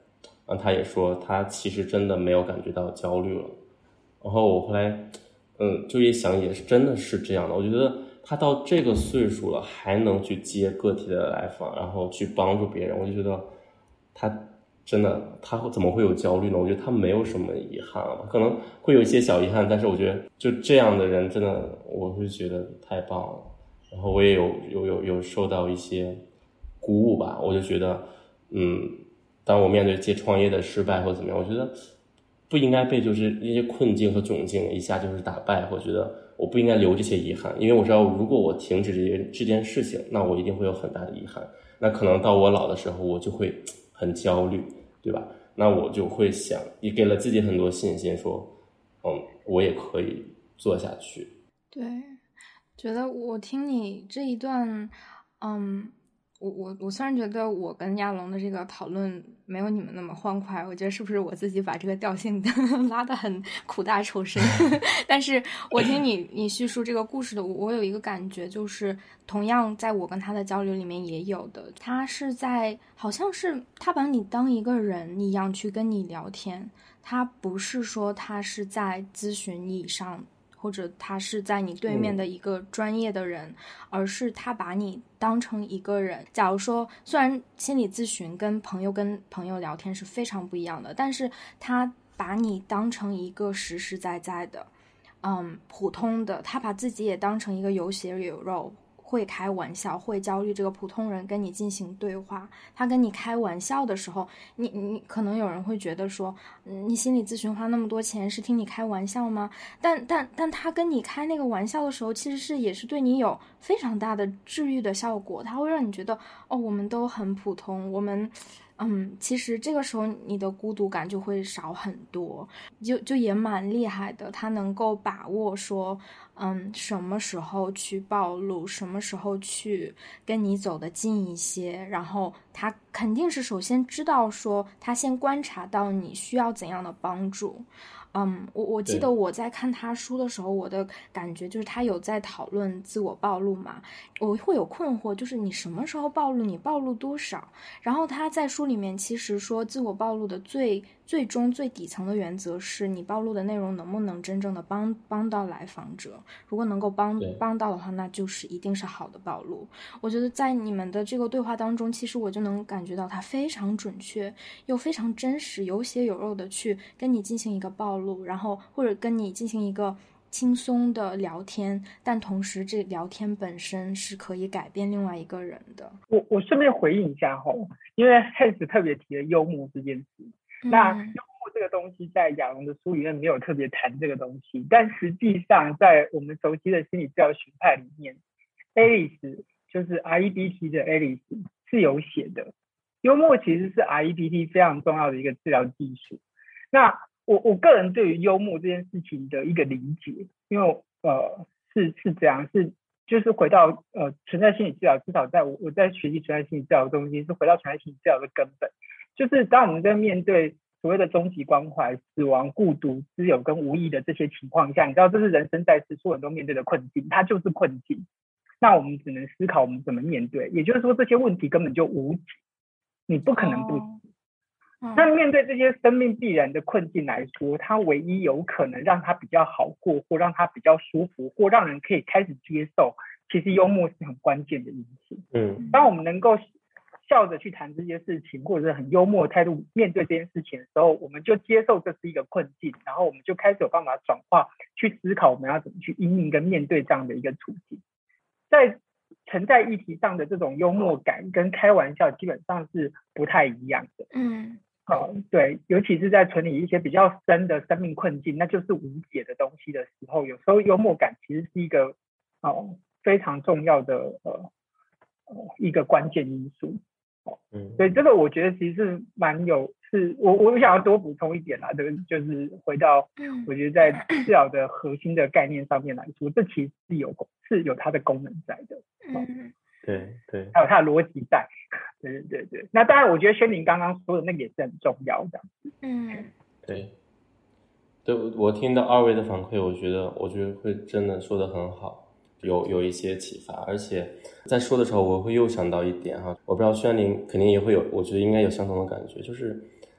[SPEAKER 2] 然后他也说他其实真的没有感觉到焦虑了。然后我后来就一想也是真的是这样的，我觉得他到这个岁数了还能去接个体的来访，然后去帮助别人，我就觉得他真的他怎么会有焦虑呢？我觉得他没有什么遗憾了，可能会有一些小遗憾，但是我觉得就这样的人真的我会觉得太棒了。然后我也有受到一些鼓舞吧，我就觉得当我面对这些创业的失败或怎么样，我觉得不应该被就是一些困境和窘境一下就是打败，我觉得我不应该留这些遗憾，因为我知道如果我停止这件事情，那我一定会有很大的遗憾，那可能到我老的时候我就会很焦虑，对吧？那我就会想，也给了自己很多信心，说我也可以做下去。
[SPEAKER 1] 对，觉得我听你这一段我虽然觉得我跟亚龙的这个讨论没有你们那么欢快，我觉得是不是我自己把这个调性拉得很苦大仇深但是我听你叙述这个故事的，我有一个感觉，就是同样在我跟他的交流里面也有的，他是在好像是他把你当一个人一样去跟你聊天，他不是说他是在咨询以上，或者他是在你对面的一个专业的人，而是他把你当成一个人。假如说虽然心理咨询跟朋友聊天是非常不一样的，但是他把你当成一个实实在在的普通的，他把自己也当成一个有血有肉会开玩笑会焦虑这个普通人跟你进行对话。他跟你开玩笑的时候，你可能有人会觉得说你心理咨询花那么多钱是听你开玩笑吗？但他跟你开那个玩笑的时候，其实也是对你有非常大的治愈的效果，他会让你觉得我们都很普通，我们其实这个时候你的孤独感就会少很多，就也蛮厉害的。他能够把握说什么时候去暴露，什么时候去跟你走得近一些，然后他肯定是首先知道说他先观察到你需要怎样的帮助。我记得我在看他书的时候，我的感觉就是他有在讨论自我暴露嘛，我会有困惑，就是你什么时候暴露，你暴露多少？然后他在书里面其实说，自我暴露的最终最底层的原则是你暴露的内容能不能真正的帮到来访者，如果能够帮到的话，那就是一定是好的暴露。我觉得在你们的这个对话当中，其实我就能感觉到他非常准确又非常真实，有血有肉的去跟你进行一个暴露，然后或者跟你进行一个轻松的聊天，但同时这聊天本身是可以改变另外一个人的。
[SPEAKER 3] 我顺便回应一下因为 Hans 特别提了幽默这件事，那幽默这个东西在亚龙的书里面没有特别谈这个东西，但实际上在我们熟悉的心理治疗学派里面 Alice 就是 REBT 的 Alice 是有写的，幽默其实是 REBT 非常重要的一个治疗技术。那我个人对于幽默这件事情的一个理解，因为是这样，就是回到存在心理治疗，至少在我在学习存在心理治疗的东西是回到存在心理治疗的根本，就是当我们在面对所谓的终极关怀、死亡、孤独、自由跟无意的这些情况下，你知道这是人生在世所有人都面对的困境，它就是困境。那我们只能思考我们怎么面对，也就是说这些问题根本就无解，你不可能不死。那面对这些生命必然的困境来说，它唯一有可能让它比较好过，或让它比较舒服，或让人可以开始接受，其实幽默是很关键的因素。当我们能够笑着去谈这些事情，或者是很幽默的态度面对这件事情的时候，我们就接受这是一个困境，然后我们就开始有办法转化，去思考我们要怎么去因应跟面对这样的一个处境。在存在议题上的这种幽默感跟开玩笑基本上是不太一样的。对，尤其是在处理一些比较深的生命困境，那就是无解的东西的时候，有时候幽默感其实是一个非常重要的一个关键因素。所以这个我觉得其实是蛮有，我想要多补充一点啦，就是回到我觉得在治疗的核心的概念上面来说，这其实是有它的功能在的。
[SPEAKER 2] 对，
[SPEAKER 3] 还有它的逻辑在。对。那当然我觉得轩宁刚刚说的那个也是很重要的。
[SPEAKER 2] 对，我听到二位的反馈，我觉得会真的说得很好，有一些启发。而且在说的时候我会又想到一点哈，我不知道轩宁肯定也会有，我觉得应该有相同的感觉，就是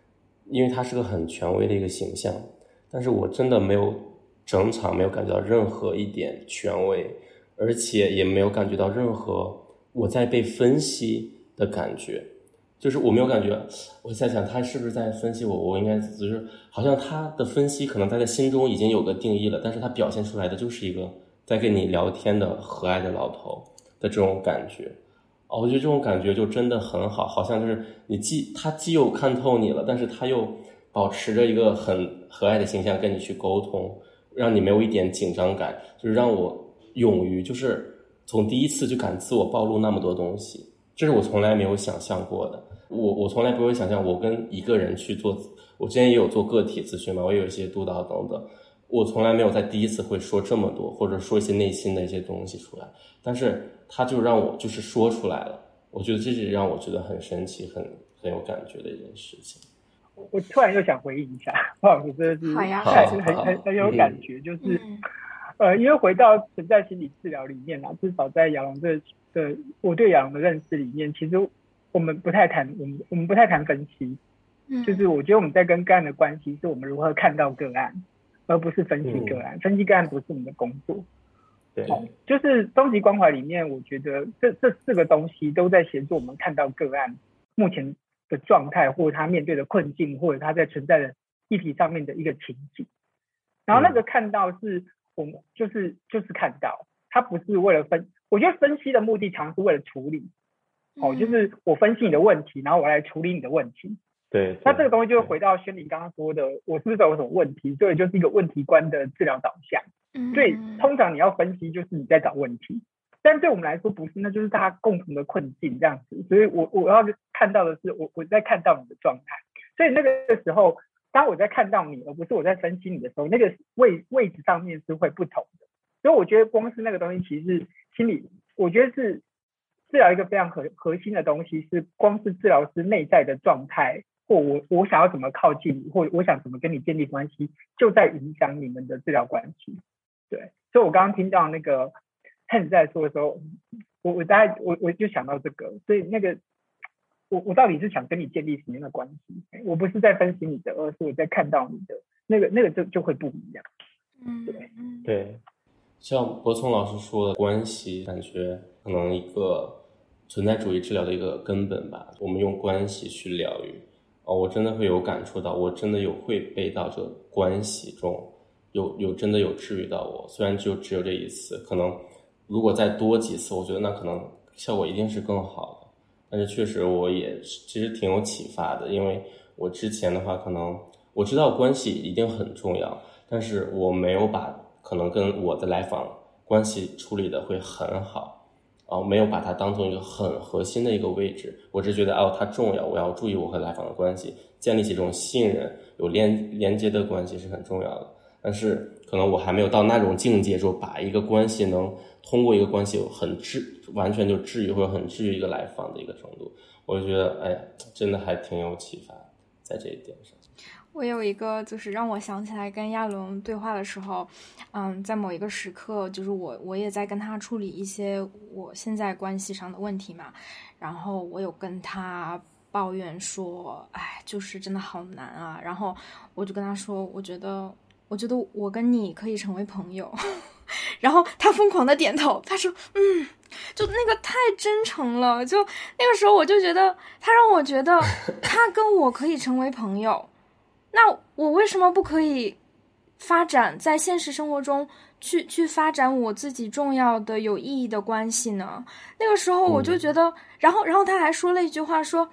[SPEAKER 2] 因为他是个很权威的一个形象，但是我真的没有整场没有感觉到任何一点权威，而且也没有感觉到任何我在被分析的感觉。就是我没有感觉，我在想他是不是在分析我，我应该就是好像他的分析可能他的心中已经有个定义了，但是他表现出来的就是一个在跟你聊天的和蔼的老头的这种感觉。我觉得这种感觉就真的很好，好像就是他既有看透你了，但是他又保持着一个很和蔼的形象跟你去沟通，让你没有一点紧张感，就是让我勇于就是从第一次就敢自我暴露那么多东西，这是我从来没有想象过的。我从来不会想象我跟一个人去做，我之前也有做个体咨询嘛，我也有一些督导等等，我从来没有在第一次会说这么多，或者说一些内心的一些东西出来，但是他就让我就是说出来了。我觉得这是让我觉得很神奇很有感觉的一件事情。
[SPEAKER 3] 我突然又想回应一下，不好意思，真的是很有感觉，就是因为回到存在心理治疗里面至少在亚龙我对亚龙的认识里面，其实我们不太谈分析，就是我觉得我们在跟个案的关系是我们如何看到个案，而不是分析个案，分析个案不是我们的工作。
[SPEAKER 2] 对，
[SPEAKER 3] 就是终极关怀里面，我觉得这4个东西都在协助我们看到个案目前的状态，或者他面对的困境，或者他在存在的议题上面的一个情景。然后那个看到是我们就是看到，它不是为了我觉得分析的目的常常是为了处理。就是我分析你的问题，然后我来处理你的问题。
[SPEAKER 2] 对，
[SPEAKER 3] 那这个东西就会回到轩宁刚刚说的，我是不是有什么问题？所以就是一个问题观的治疗导向。所以通常你要分析，就是你在找问题，但对我们来说不是，那就是大家共同的困境这样子。所以我要看到的是，我在看到你的状态。所以那个时候，当我在看到你，而不是我在分析你的时候，那个位置上面是会不同的。所以我觉得光是那个东西，其实是心理，我觉得是治疗一个非常核心的东西，是光是治疗师内在的状态，或我想要怎么靠近你，或我想怎么跟你建立关系，就在影响你们的治疗关系。对，所以我刚刚听到那个 Hans 在说的时候，我就想到这个，所以那个我到底是想跟你建立什么样的关系？我不是在分析你的，而是我在看到你的，那个就会不一样。
[SPEAKER 2] 对，像博聪老师说的关系，感觉可能一个存在主义治疗的一个根本吧。我们用关系去疗愈，我真的会有感触到，我真的会被到这个关系中。真的有治愈到我，虽然只有这一次，可能如果再多几次，我觉得那可能效果一定是更好的。但是确实我也其实挺有启发的，因为我之前的话可能我知道关系一定很重要，但是我没有把可能跟我的来访关系处理的会很好，没有把它当做一个很核心的一个位置。我只觉得它重要，我要注意我和来访的关系，建立起这种信任有连接的关系是很重要的。但是可能我还没有到那种境界，说把一个关系能通过一个关系完全就治愈或者很治愈一个来访的一个程度。我就觉得真的还挺有启发在这一点上。
[SPEAKER 1] 我有一个就是让我想起来跟亚龙对话的时候，在某一个时刻，就是我也在跟他处理一些我现在关系上的问题嘛，然后我有跟他抱怨说，就是真的好难啊，然后我就跟他说，我觉得我跟你可以成为朋友。然后他疯狂的点头，他说就那个太真诚了，就那个时候我就觉得他让我觉得他跟我可以成为朋友，那我为什么不可以发展在现实生活中去发展我自己重要的有意义的关系呢？那个时候我就觉得然后他还说了一句话说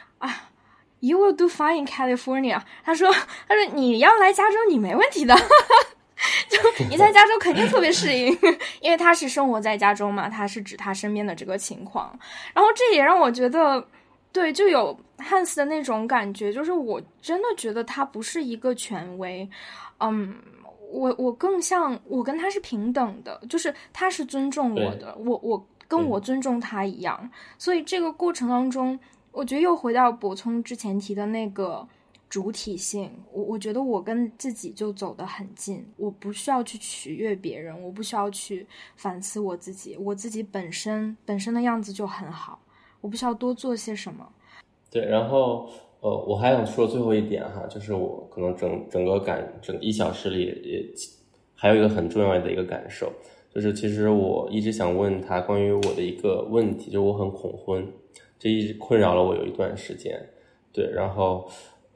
[SPEAKER 1] You will do fine in California。 他说你要来加州你没问题的。就你在加州肯定特别适应，因为他是生活在加州嘛，他是指他身边的这个情况。然后这也让我觉得对，就有 Hans 的那种感觉，就是我真的觉得他不是一个权威，我更像我跟他是平等的，就是他是尊重我的，我跟我尊重他一样。所以这个过程当中，我觉得又回到博聪之前提的那个主体性，我觉得我跟自己就走得很近，我不需要去取悦别人，我不需要去反思我自己本身的样子就很好，我不需要多做些什么。
[SPEAKER 2] 对，然后我还想说最后一点哈，就是我可能整个1小时里也还有一个很重要的一个感受，就是其实我一直想问他关于我的一个问题，就是我很恐婚，这一直困扰了我有一段时间。对，然后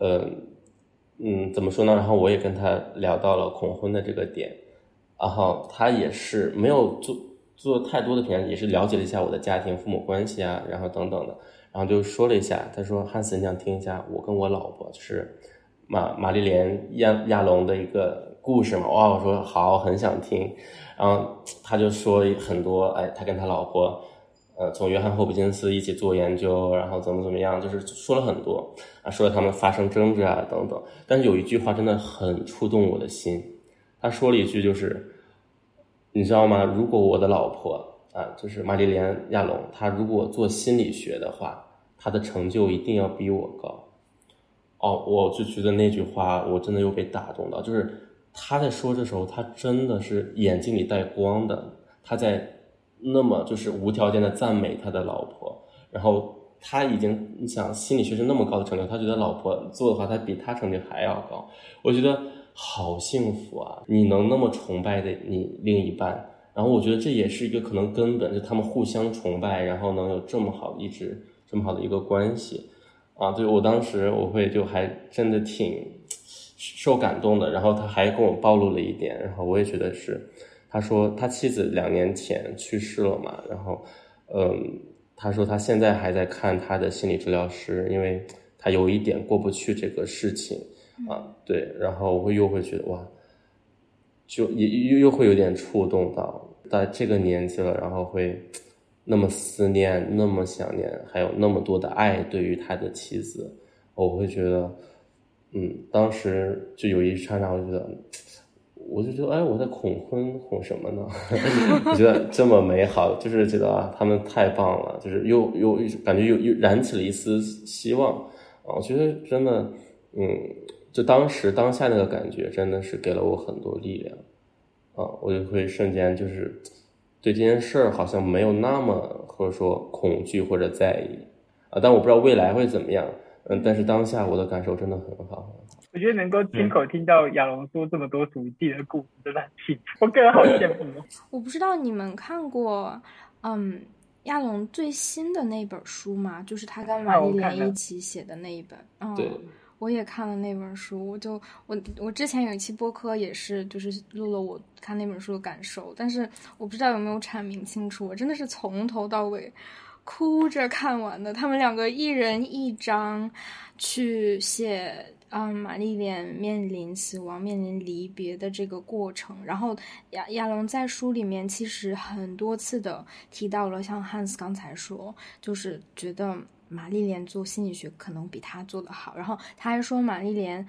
[SPEAKER 2] 怎么说呢？然后我也跟他聊到了恐婚的这个点，然后他也是没有做太多的评价，也是了解了一下我的家庭、父母关系啊，然后等等的。然后就说了一下，他说汉斯，你想听一下我跟我老婆就是玛丽莲亚龙的一个故事嘛？哇，我说好，很想听。然后他就说很多，他跟他老婆从约翰霍普金斯一起做研究，然后怎么样，就是说了很多啊，说了他们发生争执啊等等。但是有一句话真的很触动我的心，他说了一句，就是你知道吗？如果我的老婆就是玛丽莲亚龙，她如果做心理学的话，她的成就一定要比我高。我就觉得那句话我真的又被打动到，就是他在说的时候，他真的是眼睛里带光的，他在那么就是无条件的赞美他的老婆，然后他已经你想心理学是那么高的成就，他觉得老婆做的话，他比他成就还要高，我觉得好幸福啊！你能那么崇拜的你另一半，然后我觉得这也是一个可能根本，就他们互相崇拜，然后能有这么好的一个关系啊！对，我当时我会就还真的挺受感动的，然后他还跟我暴露了一点，然后我也觉得是，他说他妻子2年前去世了嘛，然后他说他现在还在看他的心理治疗师，因为他有一点过不去这个事情啊，对，然后我又会觉得哇，就又会有点触动到这个年纪了，然后会那么思念，那么想念，还有那么多的爱对于他的妻子，我会觉得当时就有一刹那我就觉得我在恐什么呢？我觉得这么美好，就是觉得他们太棒了，就是又感觉又燃起了一丝希望啊！我觉得真的就当下那个感觉真的是给了我很多力量啊！我就会瞬间就是对这件事儿好像没有那么或者说恐惧或者在意啊，但我不知道未来会怎么样，但是当下我的感受真的很好。
[SPEAKER 3] 我觉得能够亲口听到亚龙说这么多属于自己的故事，真的很幸福，我个人好羡慕。
[SPEAKER 1] 我不知道你们看过亚龙最新的那本书吗？就是他跟玛丽莲一起写的那一本。
[SPEAKER 2] 对，
[SPEAKER 1] 我也看了那本书。我之前有一期播客也是，就是录了我看那本书的感受，但是我不知道有没有阐明清楚。我真的是从头到尾哭着看完的。他们2个一人一章去写玛丽莲面临死亡、面临离别的这个过程，然后亚龙在书里面其实很多次的提到了，像汉斯刚才说，就是觉得玛丽莲做心理学可能比他做得好，然后他还说玛丽莲，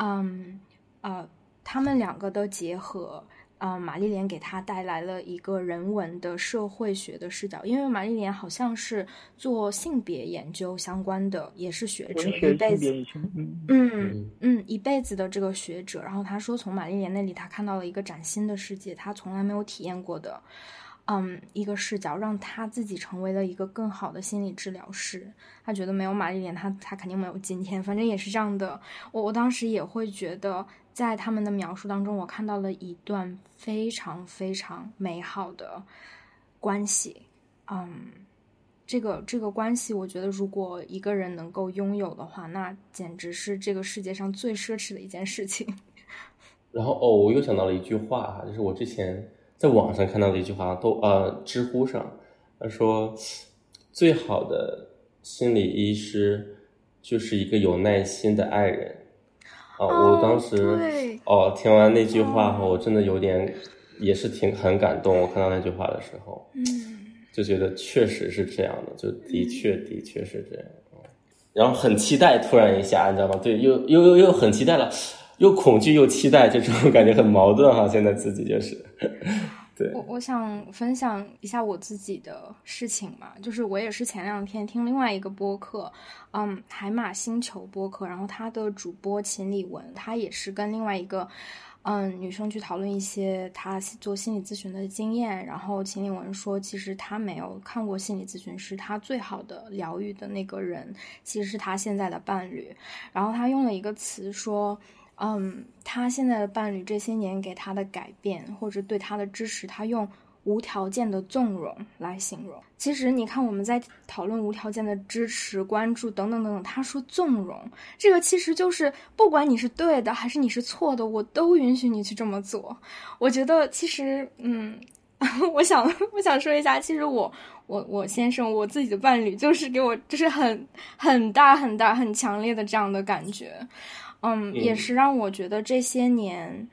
[SPEAKER 1] 他们2个的结合。玛丽莲给他带来了一个人文的社会学的视角，因为玛丽莲好像是做性别研究相关的，也是学者，一辈子，一辈子的这个学者。然后他说，从玛丽莲那里他看到了一个崭新的世界，他从来没有体验过的，一个视角，让他自己成为了一个更好的心理治疗师。他觉得没有玛丽莲，他肯定没有今天，反正也是这样的。我当时也会觉得。在他们的描述当中，我看到了一段非常非常美好的关系。这个关系，我觉得如果一个人能够拥有的话，那简直是这个世界上最奢侈的一件事情。
[SPEAKER 2] 然后我又想到了一句话，就是我之前在网上看到的一句话，知乎上他说，最好的心理医师就是一个有耐心的爱人。我当时听完那句话后，我真的有点也是很感动。我看到那句话的时候，就觉得确实是这样的，就的确是这样。然后很期待，突然一下，你知道吗？对，又很期待了，又恐惧又期待，这种感觉很矛盾哈。现在自己就是。对，
[SPEAKER 1] 我想分享一下我自己的事情嘛，就是我也是前2天听另外一个播客，海马星球播客，然后他的主播秦理文，他也是跟另外一个女生去讨论一些她做心理咨询的经验，然后秦岭文说其实她没有看过心理咨询师，她最好的疗愈的那个人其实是她现在的伴侣，然后她用了一个词说她现在的伴侣这些年给她的改变或者对她的支持，她用无条件的纵容来形容。其实你看我们在讨论无条件的支持关注等等等等，他说纵容，这个其实就是不管你是对的还是你是错的，我都允许你去这么做。我觉得其实我想说一下，其实我先生我自己的伴侣就是给我就是很大很大很强烈的这样的感觉。也是让我觉得这些年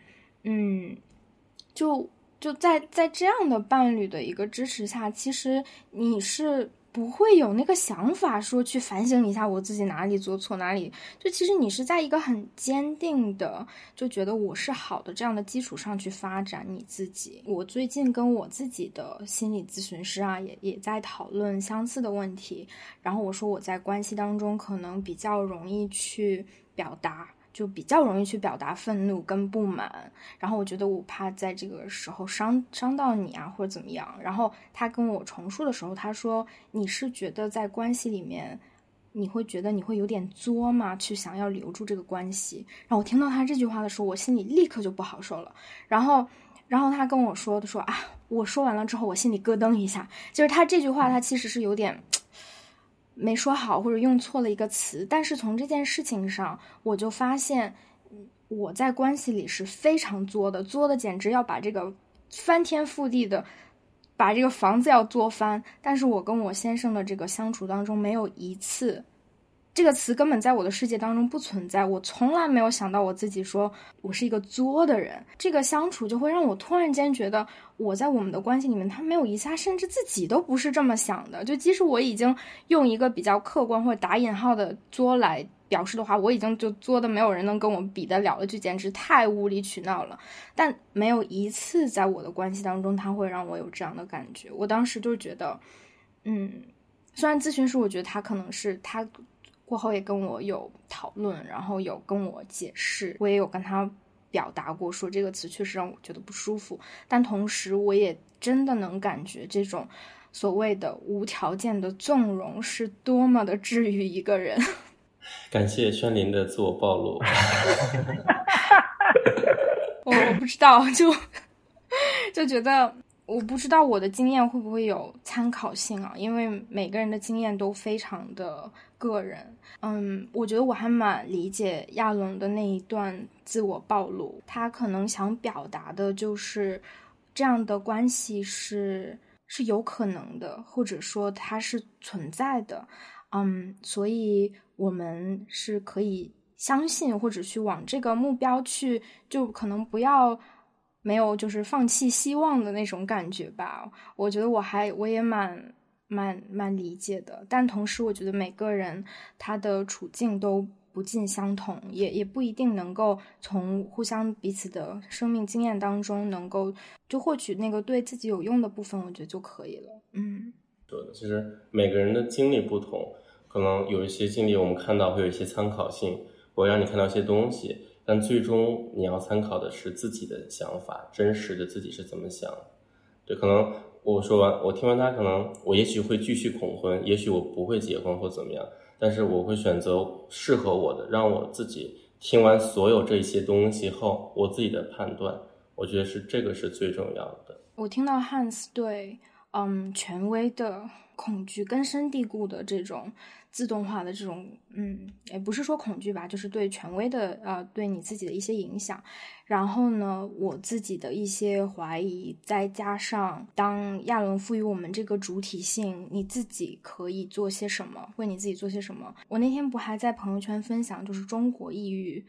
[SPEAKER 1] 就在这样的伴侣的一个支持下，其实你是不会有那个想法说去反省一下我自己哪里做错哪里，就其实你是在一个很坚定的就觉得我是好的这样的基础上去发展你自己。我最近跟我自己的心理咨询师啊也在讨论相似的问题，然后我说我在关系当中可能比较容易去表达愤怒跟不满，然后我觉得我怕在这个时候伤到你啊或者怎么样。然后他跟我重述的时候他说，你是觉得在关系里面你会觉得你会有点作吗，去想要留住这个关系。然后我听到他这句话的时候，我心里立刻就不好受了。然后他跟我说我说完了之后我心里咯噔一下，就是他这句话他其实是有点没说好或者用错了一个词，但是从这件事情上我就发现我在关系里是非常作的简直要把这个翻天覆地的把这个房子要作翻。但是我跟我先生的这个相处当中没有一次，这个词根本在我的世界当中不存在，我从来没有想到我自己说我是一个作的人。这个相处就会让我突然间觉得我在我们的关系里面他没有一下甚至自己都不是这么想的，就即使我已经用一个比较客观或者打引号的作来表示的话，我已经就作的没有人能跟我比得了了，就简直太无理取闹了。但没有一次在我的关系当中他会让我有这样的感觉。我当时就觉得虽然咨询师我觉得他可能是他过后也跟我有讨论，然后有跟我解释，我也有跟他表达过说这个词确实让我觉得不舒服，但同时我也真的能感觉这种所谓的无条件的纵容是多么的治愈一个人。
[SPEAKER 2] 感谢宣林的自我暴露。
[SPEAKER 1] 我不知道，就觉得我不知道我的经验会不会有参考性啊，因为每个人的经验都非常的个人。我觉得我还蛮理解亚伦的那一段自我暴露，他可能想表达的就是这样的关系是有可能的，或者说它是存在的。所以我们是可以相信或者去往这个目标去，就可能不要没有就是放弃希望的那种感觉吧。我觉得我也蛮理解的，但同时我觉得每个人他的处境都不尽相同，也不一定能够从互相彼此的生命经验当中能够就获取那个对自己有用的部分，我觉得就可以了。
[SPEAKER 2] 说的其实每个人的经历不同，可能有一些经历我们看到会有一些参考性，我让你看到一些东西，但最终你要参考的是自己的想法，真实的自己是怎么想。对，可能我说完我听完他，可能我也许会继续恐婚，也许我不会结婚或怎么样，但是我会选择适合我的，让我自己听完所有这些东西后我自己的判断，我觉得这个是最重要的。
[SPEAKER 1] 我听到 Hans 对权威的恐惧根深蒂固的这种自动化的这种也不是说恐惧吧，就是对权威的对你自己的一些影响。然后呢我自己的一些怀疑，再加上当亚伦赋予我们这个主体性，你自己可以做些什么，为你自己做些什么。我那天不还在朋友圈分享就是中国抑郁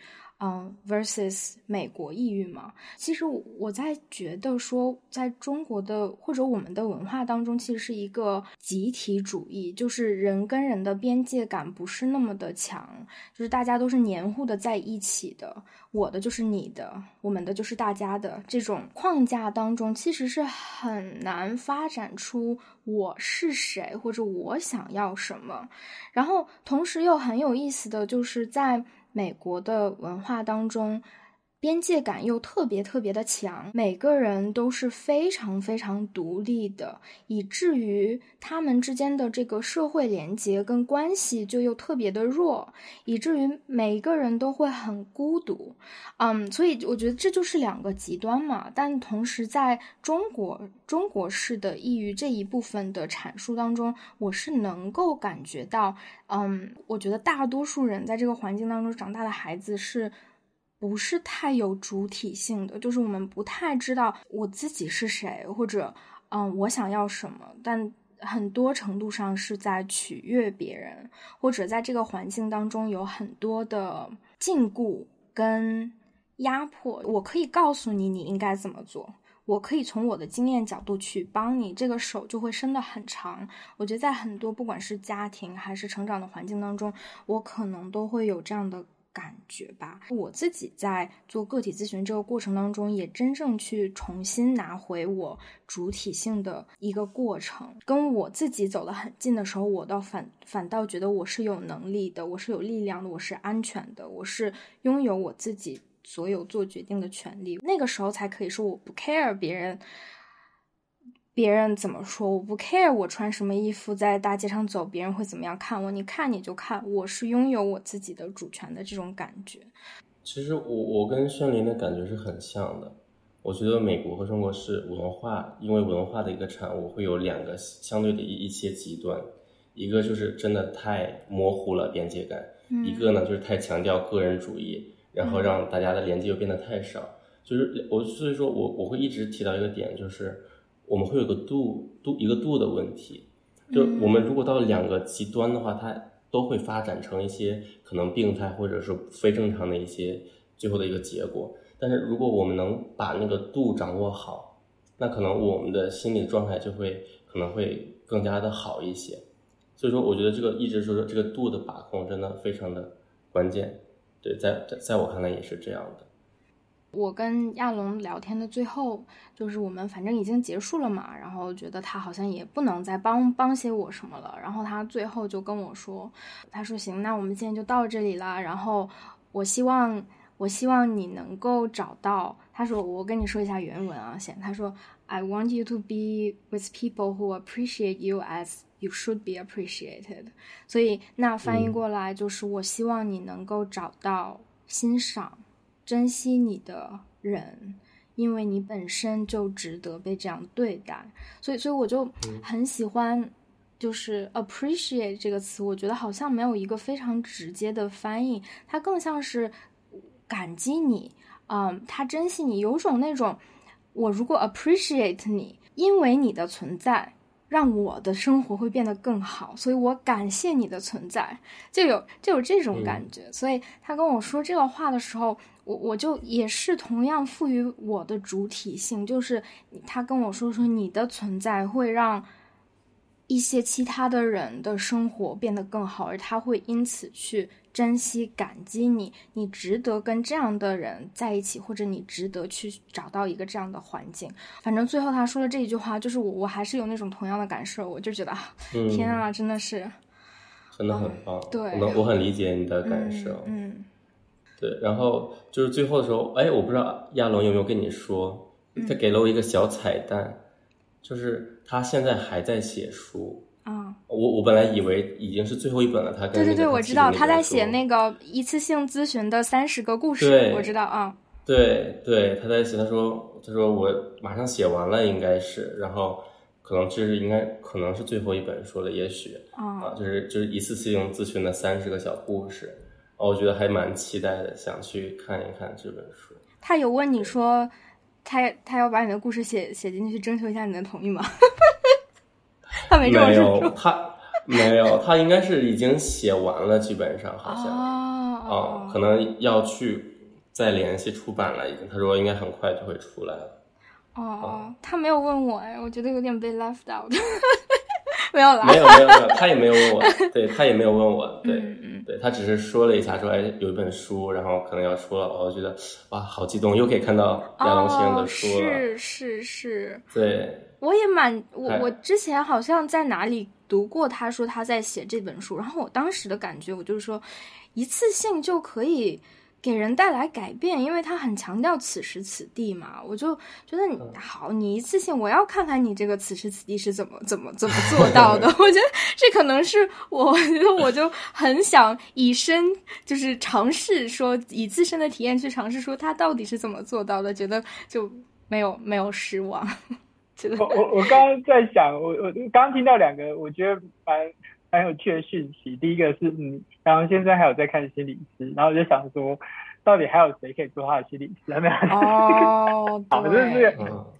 [SPEAKER 1] versus 美国抑郁嘛。其实我在觉得说在中国的或者我们的文化当中其实是一个集体主义，就是人跟人的边界感不是那么的强，就是大家都是黏糊的在一起的，我的就是你的，我们的就是大家的，这种框架当中其实是很难发展出我是谁或者我想要什么。然后同时又很有意思的就是在美国的文化当中边界感又特别特别的强，每个人都是非常非常独立的，以至于他们之间的这个社会连接跟关系就又特别的弱，以至于每一个人都会很孤独。所以我觉得这就是两个极端嘛。但同时在中国式的抑郁这一部分的阐述当中，我是能够感觉到，我觉得大多数人在这个环境当中长大的孩子是不是太有主体性的，就是我们不太知道我自己是谁，或者我想要什么，但很多程度上是在取悦别人，或者在这个环境当中有很多的禁锢跟压迫。我可以告诉你你应该怎么做，我可以从我的经验角度去帮你，这个手就会伸得很长。我觉得在很多不管是家庭还是成长的环境当中，我可能都会有这样的感觉吧。我自己在做个体咨询这个过程当中，也真正去重新拿回我主体性的一个过程，跟我自己走得很近的时候，我倒反倒觉得我是有能力的，我是有力量的，我是安全的，我是拥有我自己所有做决定的权利。那个时候才可以说我不 care 别人怎么说，我不 care 我穿什么衣服在大街上走别人会怎么样看我，你看你就看，我是拥有我自己的主权的这种感觉。
[SPEAKER 2] 其实我跟轩林的感觉是很像的。我觉得美国和中国是文化，因为文化的一个产物会有两个相对的一些极端，一个就是真的太模糊了边界感，一个呢就是太强调个人主义，然后让大家的连接又变得太少。所以说我会一直提到一个点，就是我们会有个一个度的问题。就我们如果到两个极端的话，它都会发展成一些可能病态或者是非正常的一些最后的一个结果。但是如果我们能把那个度掌握好，那可能我们的心理状态可能会更加的好一些。所以说我觉得这个一直说这个度的把控真的非常的关键。对，在我看来也是这样的。
[SPEAKER 1] 我跟亚龙聊天的最后，就是我们反正已经结束了嘛，然后觉得他好像也不能再帮些我什么了，然后他最后就跟我说，他说行，那我们今天就到这里了，然后我希望你能够找到，他说我跟你说一下原文啊，他说 I want you to be with people who appreciate you as you should be appreciated。 所以那翻译过来就是我希望你能够找到欣赏珍惜你的人，因为你本身就值得被这样对待。所以我就很喜欢就是 appreciate 这个词，我觉得好像没有一个非常直接的翻译，它更像是感激你，他珍惜你，有种那种我如果 appreciate 你，因为你的存在让我的生活会变得更好，所以我感谢你的存在，就有这种感觉。所以他跟我说这个话的时候，我就也是同样赋予我的主体性，就是他跟我说你的存在会让一些其他的人的生活变得更好，而他会因此去珍惜感激你，你值得跟这样的人在一起，或者你值得去找到一个这样的环境。反正最后他说了这一句话，就是我还是有那种同样的感受，我就觉得天啊，真的是
[SPEAKER 2] 真的很棒。
[SPEAKER 1] 对，
[SPEAKER 2] 我很理解你的感受。对，然后就是最后的时候，我不知道亚龙有没有跟你说，他给了我一个小彩蛋，就是他现在还在写书啊。我本来以为已经是最后一本了，他跟
[SPEAKER 1] 对，我知道他在写那个一次性咨询的30个故事，我知道啊。
[SPEAKER 2] 对，他在写，他说我马上写完了，应该是，然后可能可能是最后一本书了，也许就是一次性咨询的30个小故事。我觉得还蛮期待的，想去看一看这本书。他
[SPEAKER 1] 有问你说他要把你的故事写进去，征求一下你的同意吗？他没这么说。
[SPEAKER 2] 没有，他应该是已经写完了，基本上好像可能要去再联系出版了，已经。他说应该很快就会出来了。
[SPEAKER 1] 他没有问我，我觉得有点被 left out。没有啦，
[SPEAKER 2] 没有，他也没有问我，对，他也没有问我，对，他只是说了一下，说有一本书，然后可能要出了，我觉得哇，好激动，又可以看到亚龙先生的书了，
[SPEAKER 1] 是，
[SPEAKER 2] 对，
[SPEAKER 1] 我也我之前好像在哪里读过，他说他在写这本书，然后我当时的感觉，我就是说，一次性就可以给人带来改变，因为他很强调此时此地嘛。我就觉得好，你一次性我要看看你这个此时此地是怎么做到的。我觉得这可能是我觉得我就很想以身就是尝试说以自身的体验去尝试说他到底是怎么做到的，觉得就没有失望。
[SPEAKER 3] 我刚刚在想，我刚刚听到两个我觉得蛮有趣的讯息。第一个是然后先生还有在看心理师，然后我就想说到底还有谁可以做他的心理师？
[SPEAKER 1] 哦，
[SPEAKER 3] 好，这是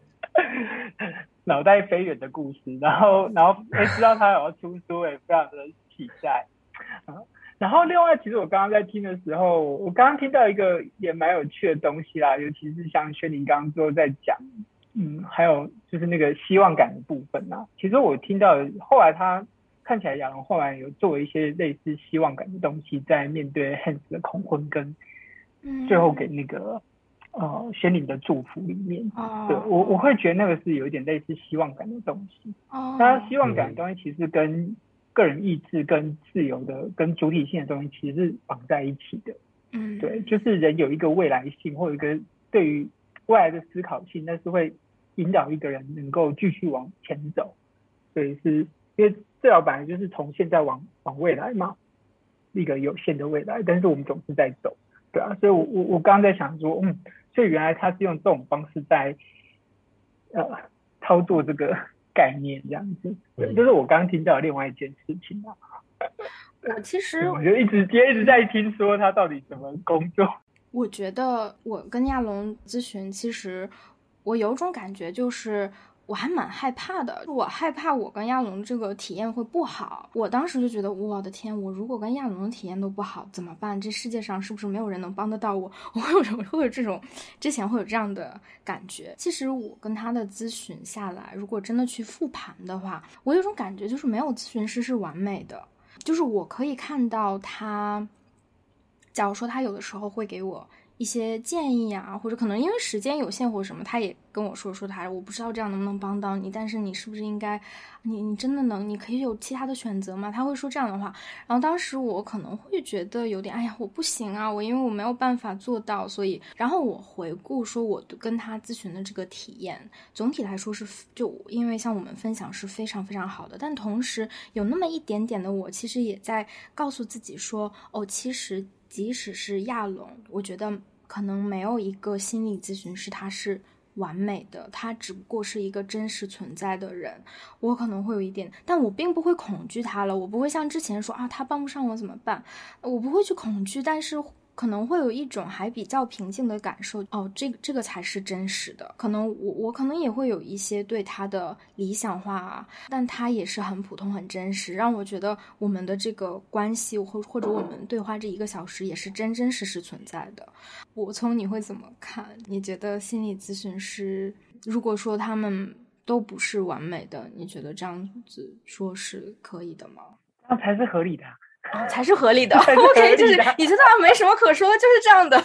[SPEAKER 3] 脑袋飞远的故事。然后知道他有要出书，也非常的期待。然后另外其实我刚刚在听的时候，我刚刚听到一个也蛮有趣的东西啦，尤其是像轩宁刚刚最后在讲还有就是那个希望感的部分啊。其实我听到后来他看起来亚龙后来有做一些类似希望感的东西，在面对 Hans 的恐婚跟最后给那个仙灵的祝福里面。对，我会觉得那个是有一点类似希望感的东西。当然希望感的东西其实跟个人意志跟自由的跟主体性的东西其实是绑在一起的。对，就是人有一个未来性或有一个对于未来的思考性，那是会引导一个人能够继续往前走。所以是因为治疗本来就是从现在往未来嘛，一个有限的未来，但是我们总是在走。对啊，所以我刚刚在想说所以原来他是用这种方式在操作这个概念这样子。对，就是我刚刚听到的另外一件事情啊。
[SPEAKER 1] 我其实
[SPEAKER 3] 我就一直在听说他到底怎么工作。
[SPEAKER 1] 我觉得我跟亚龙咨询，其实我有种感觉，就是我还蛮害怕的。我害怕我跟亚龙这个体验会不好。我当时就觉得，我的天，我如果跟亚龙的体验都不好怎么办？这世界上是不是没有人能帮得到我？我会有这种之前会有这样的感觉。其实我跟他的咨询下来，如果真的去复盘的话，我有种感觉，就是没有咨询师是完美的。就是我可以看到他，假如说他有的时候会给我一些建议啊，或者可能因为时间有限或者什么，他也跟我说他我不知道这样能不能帮到你，但是你是不是应该你真的能，你可以有其他的选择吗？他会说这样的话。然后当时我可能会觉得有点哎呀我不行啊，因为我没有办法做到。所以然后我回顾说我跟他咨询的这个体验总体来说是就因为像我们分享是非常非常好的，但同时有那么一点点的我其实也在告诉自己说其实即使是亚龙，我觉得可能没有一个心理咨询师他是完美的，他只不过是一个真实存在的人。我可能会有一点，但我并不会恐惧他了，我不会像之前说他帮不上我怎么办，我不会去恐惧，但是可能会有一种还比较平静的感受，这个才是真实的。可能我可能也会有一些对他的理想化啊，但他也是很普通很真实，让我觉得我们的这个关系或者我们对话这1个小时也是真真实实存在的。我从你会怎么看？你觉得心理咨询师如果说他们都不是完美的，你觉得这样子说是可以的吗？
[SPEAKER 3] 那才是合理的。
[SPEAKER 1] 才是合理的。OK， 就是你知道没什么可说，就是这样的。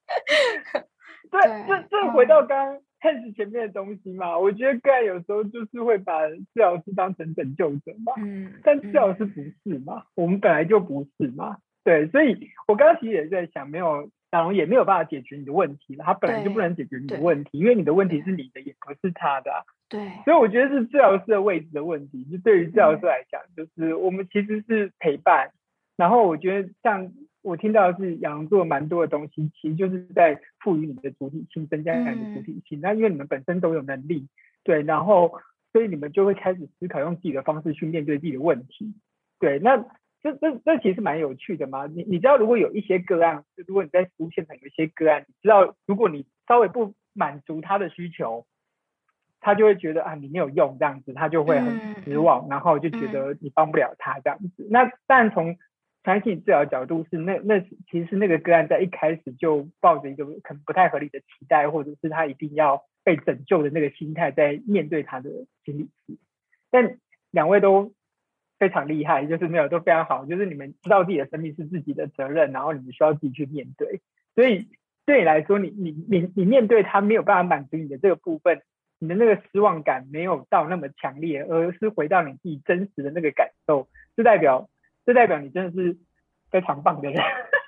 [SPEAKER 3] 对，这回到刚刚开始前面的东西嘛，我觉得个案有时候就是会把治疗师当成拯救者嘛，但治疗师不是嘛，我们本来就不是嘛。对，所以我刚刚其实也在想，亚龙也没有办法解决你的问题了，他本来就不能解决你的问题，因为你的问题是你的，也不是他的啊。
[SPEAKER 1] 对，
[SPEAKER 3] 所以我觉得是治疗师的位置的问题。就对于治疗师来讲，就是我们其实是陪伴。然后我觉得像我听到的是亚龙做了蛮多的东西，其实就是在赋予你的主体性，增加你的主体性。那因为你们本身都有能力，对，然后所以你们就会开始思考用自己的方式去面对自己的问题。对，那这其实蛮有趣的嘛。你知道如果有一些个案，如果你在服务现场有一些个案，你知道如果你稍微不满足他的需求，他就会觉得你没有用这样子，他就会很失望，然后就觉得你帮不了他这样子。那但从传统心理治疗角度是那其实是那个个案在一开始就抱着一个可能不太合理的期待，或者是他一定要被拯救的那个心态在面对他的心理师。但两位都非常厉害，就是都非常好，就是你们知道自己的生命是自己的责任，然后你们需要自己去面对。所以对你来说，你面对他没有办法满足你的这个部分，你的那个失望感没有到那么强烈，而是回到你自己真实的那个感受，这代表你真的是非常棒的人。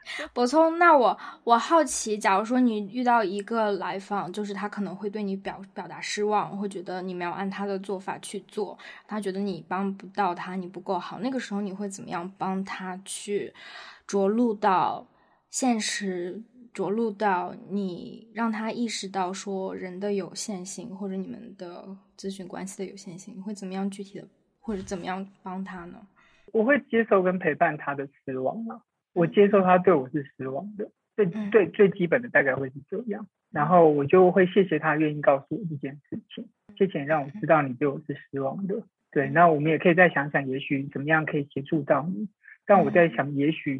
[SPEAKER 1] 博聪，那我好奇，假如说你遇到一个来访，就是他可能会对你表达失望，会觉得你没有按他的做法去做，他觉得你帮不到他，你不够好，那个时候你会怎么样帮他去着陆到现实，着陆到你让他意识到说人的有限性，或者你们的咨询关系的有限性，你会怎么样具体的，或者怎么样帮他呢？
[SPEAKER 3] 我会接受跟陪伴他的失望啊，我接受他对我是失望的，最基本的大概会是这样，然后我就会谢谢他愿意告诉我这件事情，谢谢你让我知道你对我是失望的。对，那我们也可以再想想，也许怎么样可以协助到你。但我在想，也许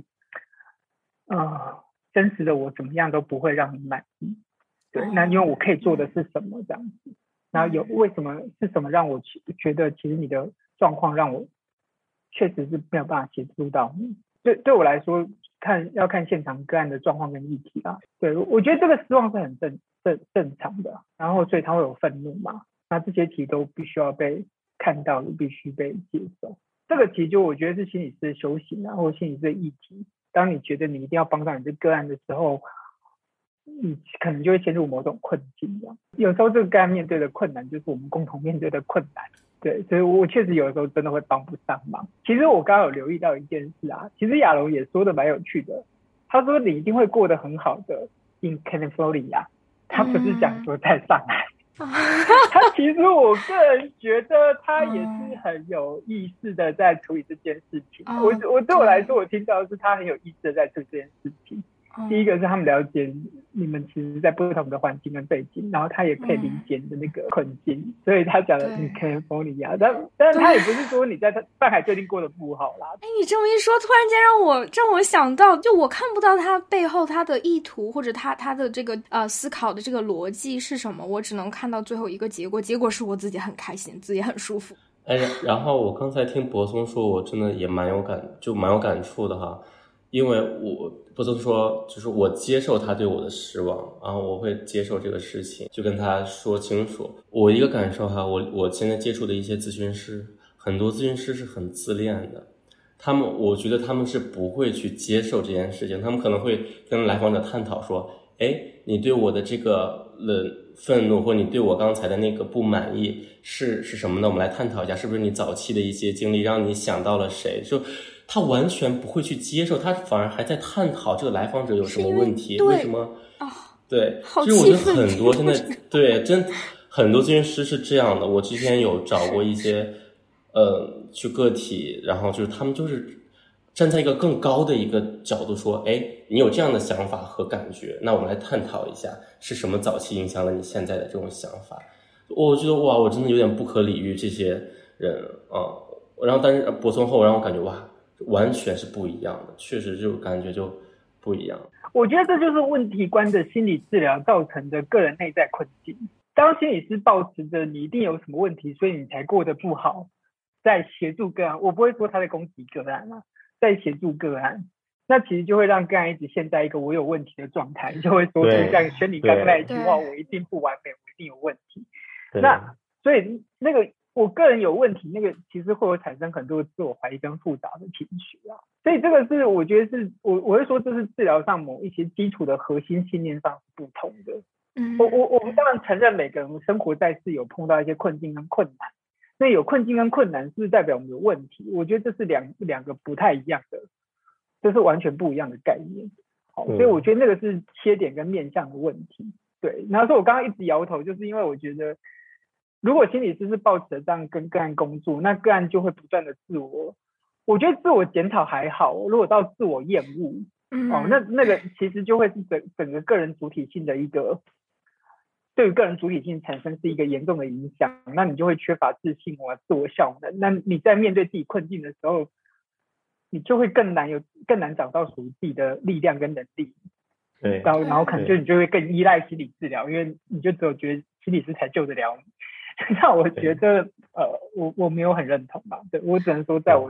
[SPEAKER 3] 真实的我怎么样都不会让你满意。对，那因为我可以做的是什么这样子，然后为什么是什么让我觉得其实你的状况让我确实是没有办法协助到你。对我来说，要看现场个案的状况跟议题啦。对，我觉得这个失望是很正常的，然后所以他会有愤怒嘛，那这些题都必须要被看到，也必须被接受。这个其实就我觉得是心理师的修行啊，或心理师的议题。当你觉得你一定要帮到你这个案的时候，你可能就会陷入某种困境这样。有时候这个个案面对的困难就是我们共同面对的困难。对，所以我确实有的时候真的会帮不上忙。其实我刚刚有留意到一件事啊，其实亚龙也说的蛮有趣的，他说你一定会过得很好的 in California， 他不是讲说在上海。他其实我个人觉得他也是很有意识的在处理这件事情。我对我来说，我听到的是他很有意识的在处理这件事情。第一个是他们了解你们其实在不同的环境跟背景，然后他也可以理解你的那个困境，所以他讲的你可以封你啊，但是他也不是说你在上海就一定过得不好啦。
[SPEAKER 1] 你这么一说，突然间让我想到，就我看不到他背后他的意图或者他的这个思考的这个逻辑是什么，我只能看到最后一个结果是我自己很开心，自己很舒服。
[SPEAKER 2] 然后我刚才听博松说，我真的也蛮有感触的哈。因为博松说，就是我接受他对我的失望，然后我会接受这个事情，就跟他说清楚。我一个感受哈，我现在接触的一些咨询师，很多咨询师是很自恋的，我觉得他们是不会去接受这件事情，他们可能会跟来访者探讨说，你对我的这个愤怒，或你对我刚才的那个不满意是什么呢？我们来探讨一下，是不是你早期的一些经历让你想到了谁？就他完全不会去接受，他反而还在探讨这个来访者有什么问题，为什么对，其实我觉得很多现在对很多咨询师是这样的。我之前有找过一些去个体，然后就是他们就是站在一个更高的一个角度说，你有这样的想法和感觉，那我们来探讨一下是什么早期影响了你现在的这种想法。我觉得哇，我真的有点不可理喻这些人啊。然后但是博松后让我感觉哇，完全是不一样的，确实就感觉就不一样。
[SPEAKER 3] 我觉得这就是问题观的心理治疗造成的个人内在困境。当心理师抱持着你一定有什么问题，所以你才过得不好，在协助个案，我不会说他在攻击个案啊，在协助个案，那其实就会让个案一直陷在一个我有问题的状态，就会说出像轩你刚刚那一句话，我一定不完美，我一定有问题。那所以那个我个人有问题，那个其实会有产生很多自我怀疑跟复杂的情绪啊。所以这个是我觉得是我会说这是治疗上某一些基础的核心信念上是不同的。我们当然承认每个人生活在世有碰到一些困境跟困难，那有困境跟困难是不是代表我们有问题？我觉得这是两个不太一样的，这是完全不一样的概念。好，所以我觉得那个是切点跟面向的问题。对，然后说我刚刚一直摇头，就是因为我觉得如果心理师是抱持这样跟个案工作，那个案就会不断的我觉得自我检讨还好，如果到自我厌恶，那个其实就会是整个个人主体性的一个，对于个人主体性产生是一个严重的影响，那你就会缺乏自信啊、自我效能。那你在面对自己困境的时候，你就会更难找到属于自己的力量跟能力。
[SPEAKER 2] 对，
[SPEAKER 3] 然后可能你就会更依赖心理治疗，因为你就只有觉得心理师才救得了你。那我觉得我没有很认同吧，对，我只能说在我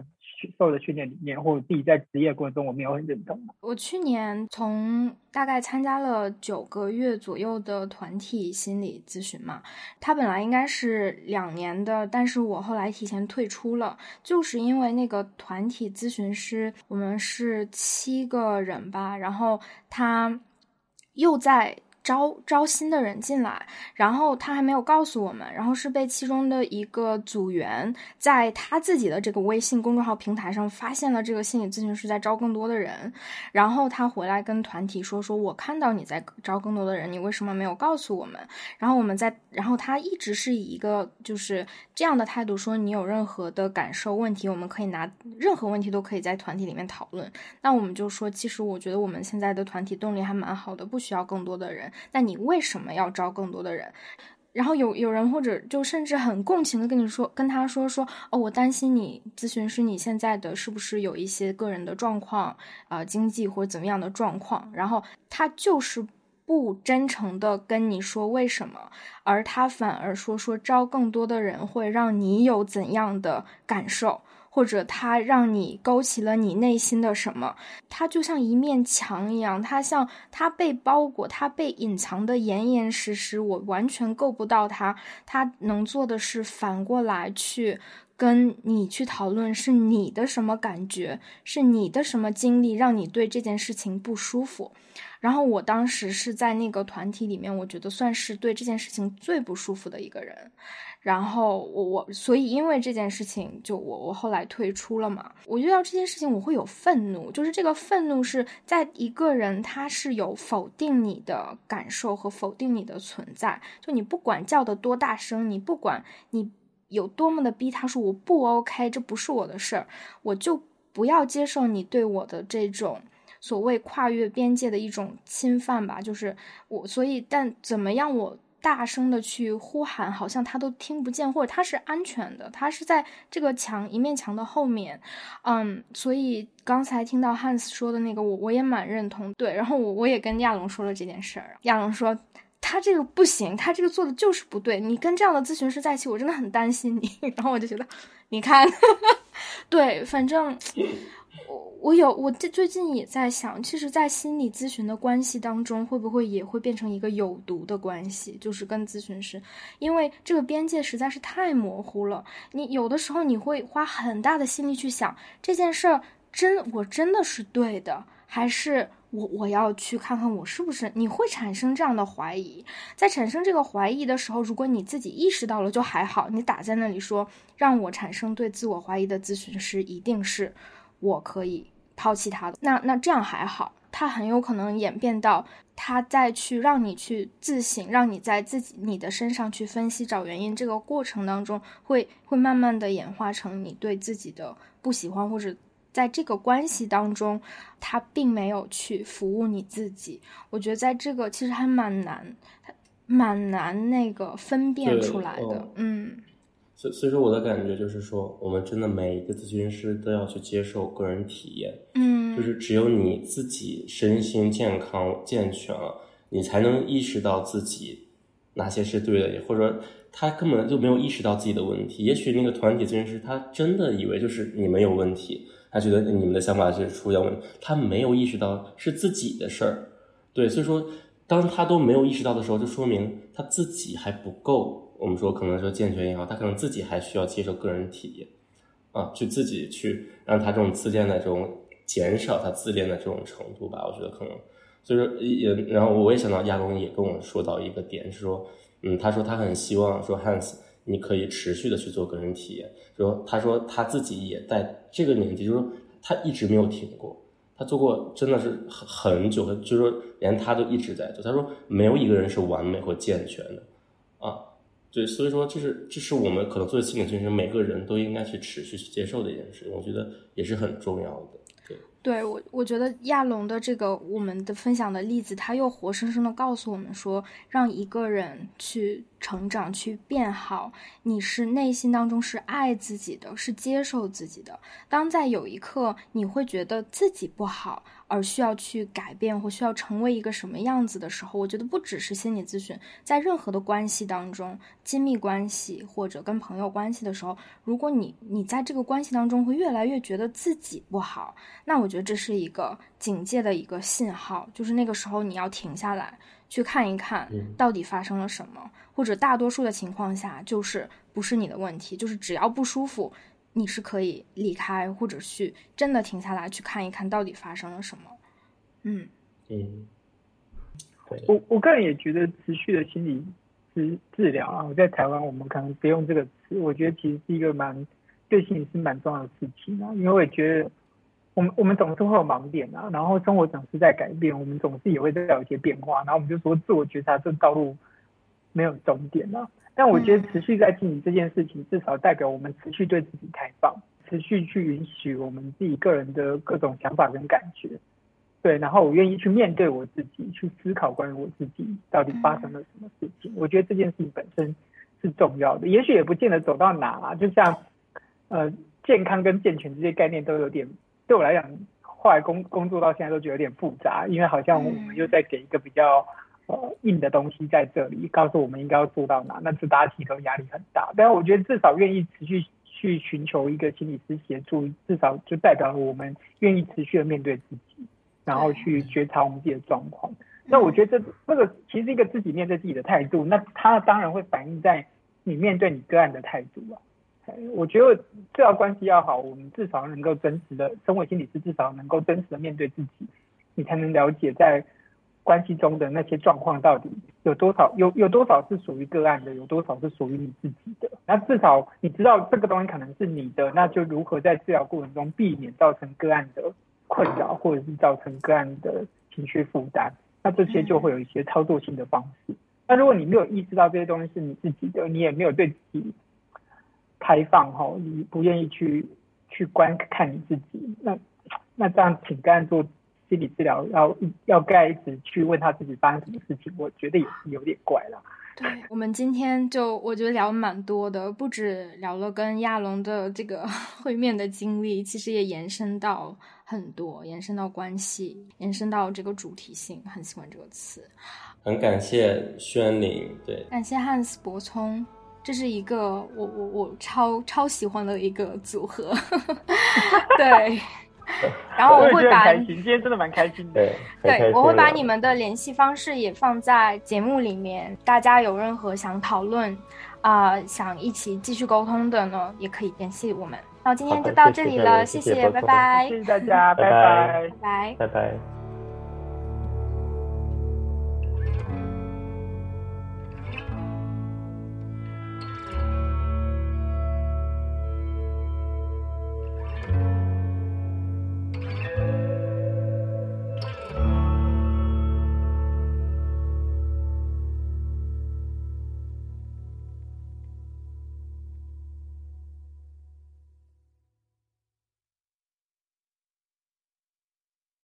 [SPEAKER 3] 受的训练理念，或我自己在职业过程中我没有很认同。
[SPEAKER 1] 我去年从大概参加了9个月左右的团体心理咨询嘛，它本来应该是2年的，但是我后来提前退出了，就是因为那个团体咨询师，我们是7个人吧，然后他又在招新的人进来，然后他还没有告诉我们，然后是被其中的一个组员在他自己的这个微信公众号平台上发现了这个心理咨询师在招更多的人，然后他回来跟团体说我看到你在招更多的人，你为什么没有告诉我们？然后他一直是以一个就是这样的态度说，你有任何的感受问题，我们可以拿任何问题都可以在团体里面讨论。那我们就说，其实我觉得我们现在的团体动力还蛮好的，不需要更多的人，那你为什么要招更多的人？然后有人或者就甚至很共情的跟他说哦，我担心你咨询师你现在的是不是有一些个人的状况经济或者怎么样的状况，然后他就是不真诚的跟你说为什么，而他反而说招更多的人会让你有怎样的感受，或者他让你勾起了你内心的什么，他就像一面墙一样，他被包裹，他被隐藏的严严实实，我完全够不到他能做的是反过来去跟你去讨论，是你的什么感觉，是你的什么经历让你对这件事情不舒服。然后我当时是在那个团体里面，我觉得算是对这件事情最不舒服的一个人。然后所以因为这件事情，就我后来退出了嘛。我遇到这件事情，我会有愤怒，就是这个愤怒是在一个人他是有否定你的感受和否定你的存在，就你不管叫得多大声，你不管你有多么的逼他说我不 OK， 这不是我的事儿，我就不要接受你对我的这种所谓跨越边界的一种侵犯吧。就是但怎么样我大声的去呼喊，好像他都听不见，或者他是安全的，他是在这个一面墙的后面。所以刚才听到 Hans 说的那个我也蛮认同。对，然后我也跟亚龙说了这件事儿，亚龙说他这个不行，他这个做的就是不对，你跟这样的咨询师在一起我真的很担心你。然后我就觉得你看对，反正我最近也在想，其实在心理咨询的关系当中，会不会也会变成一个有毒的关系，就是跟咨询师，因为这个边界实在是太模糊了。你有的时候你会花很大的心力去想这件事儿，我真的是对的，还是我要去看看我是不是，你会产生这样的怀疑。在产生这个怀疑的时候，如果你自己意识到了就还好，你打在那里说让我产生对自我怀疑的咨询师一定是我可以抛弃他的，那这样还好。他很有可能演变到他再去让你去自省，让你在你的身上去分析找原因，这个过程当中会慢慢的演化成你对自己的不喜欢，或者在这个关系当中他并没有去服务你自己。我觉得在这个其实还蛮难那个分辨出来的。
[SPEAKER 2] 所以说我的感觉就是说，我们真的每一个咨询师都要去接受个人体验。就是只有你自己身心健康健全了，你才能意识到自己哪些是对的，或者他根本就没有意识到自己的问题。也许那个团体咨询师他真的以为就是你们有问题，他觉得你们的想法是出现问题，他没有意识到是自己的事儿。对，所以说当他都没有意识到的时候，就说明他自己还不够，我们说可能说健全也好，他可能自己还需要接受个人体验去自己去让他这种自恋的这种减少他自恋的这种程度吧。我觉得可能所以说然后我也想到亚龙也跟我说到一个点是说他说他很希望说 Hans 你可以持续的去做个人体验，他说他自己也在这个年纪，就是说他一直没有停过，他做过真的是很久，就是说连他都一直在做。他说没有一个人是完美或健全的对，所以说这是我们可能作为心理咨询师每个人都应该去持续去接受的一件事，我觉得也是很重要的。
[SPEAKER 1] 对，我觉得亚龙的这个我们的分享的例子，他又活生生的告诉我们说，让一个人去成长去变好，你是内心当中是爱自己的，是接受自己的。当在有一刻你会觉得自己不好， 而需要去改变或需要成为一个什么样子的时候，我觉得不只是心理咨询，在任何的关系当中，亲密关系或者跟朋友关系的时候，如果你在这个关系当中会越来越觉得自己不好，那我觉得这是一个警戒的一个信号，就是那个时候你要停下来去看一看到底发生了什么，或者大多数的情况下就是不是你的问题，就是只要不舒服你是可以离开，或者去真的停下来去看一看到底发生了什么。
[SPEAKER 3] 我个人也觉得持续的心理治疗啊，我在台湾我们可能不用这个词，我觉得其实是一个对心理是蛮重要的事情啊，因为我也觉得我们总是会有盲点啊，然后生活总是在改变，我们总是也会再有一些变化，然后我们就说自我觉察这道路没有终点啊。但我觉得持续在进行这件事情，至少代表我们持续对自己开放，持续去允许我们自己个人的各种想法跟感觉，对，然后我愿意去面对我自己，去思考关于我自己到底发生了什么事情。我觉得这件事情本身是重要的，也许也不见得走到哪啊，就像健康跟健全这些概念都有点，对我来讲，后来工作到现在都觉得有点复杂，因为好像我们又在给一个比较硬的东西在这里，告诉我们应该要做到哪，那这大家其实压力很大。但我觉得至少愿意持续去寻求一个心理师协助，至少就代表了我们愿意持续的面对自己，然后去觉察我们自己的状况。那我觉得这个其实是一个自己面对自己的态度，那它当然会反映在你面对你个案的态度啊。我觉得治疗关系要好，我们至少能够真实的，身为心理师至少能够真实的面对自己，你才能了解在关系中的那些状况到底有多少是属于个案的，有多少是属于你自己的。那至少你知道这个东西可能是你的，那就如何在治疗过程中避免造成个案的困扰，或者是造成个案的情绪负担，那这些就会有一些操作性的方式。那如果你没有意识到这些东西是你自己的，你也没有对自己开放，你不愿意去观看你自己，那这样请个案做心理治疗要该一直去问他自己发生什么事情，我觉得也是有点怪啦。
[SPEAKER 1] 对，我们今天我觉得聊蛮多的，不止聊了跟亚龙的这个会面的经历，其实也延伸到很多，延伸到关系，延伸到这个主题性，很喜欢这个词。
[SPEAKER 2] 很感谢宣玲，对，
[SPEAKER 1] 感谢汉斯伯聪，这是一个我超喜欢的一个组合。对，然后我会把
[SPEAKER 3] 今天真的蛮开心的。
[SPEAKER 1] 对，我会把你们的联系方式也放在节目里面，大家有任何想讨论想一起继续沟通的呢，也可以联系我们。那今天就到这里了，谢谢，拜拜，
[SPEAKER 3] 谢谢大家，拜拜，
[SPEAKER 1] 拜拜。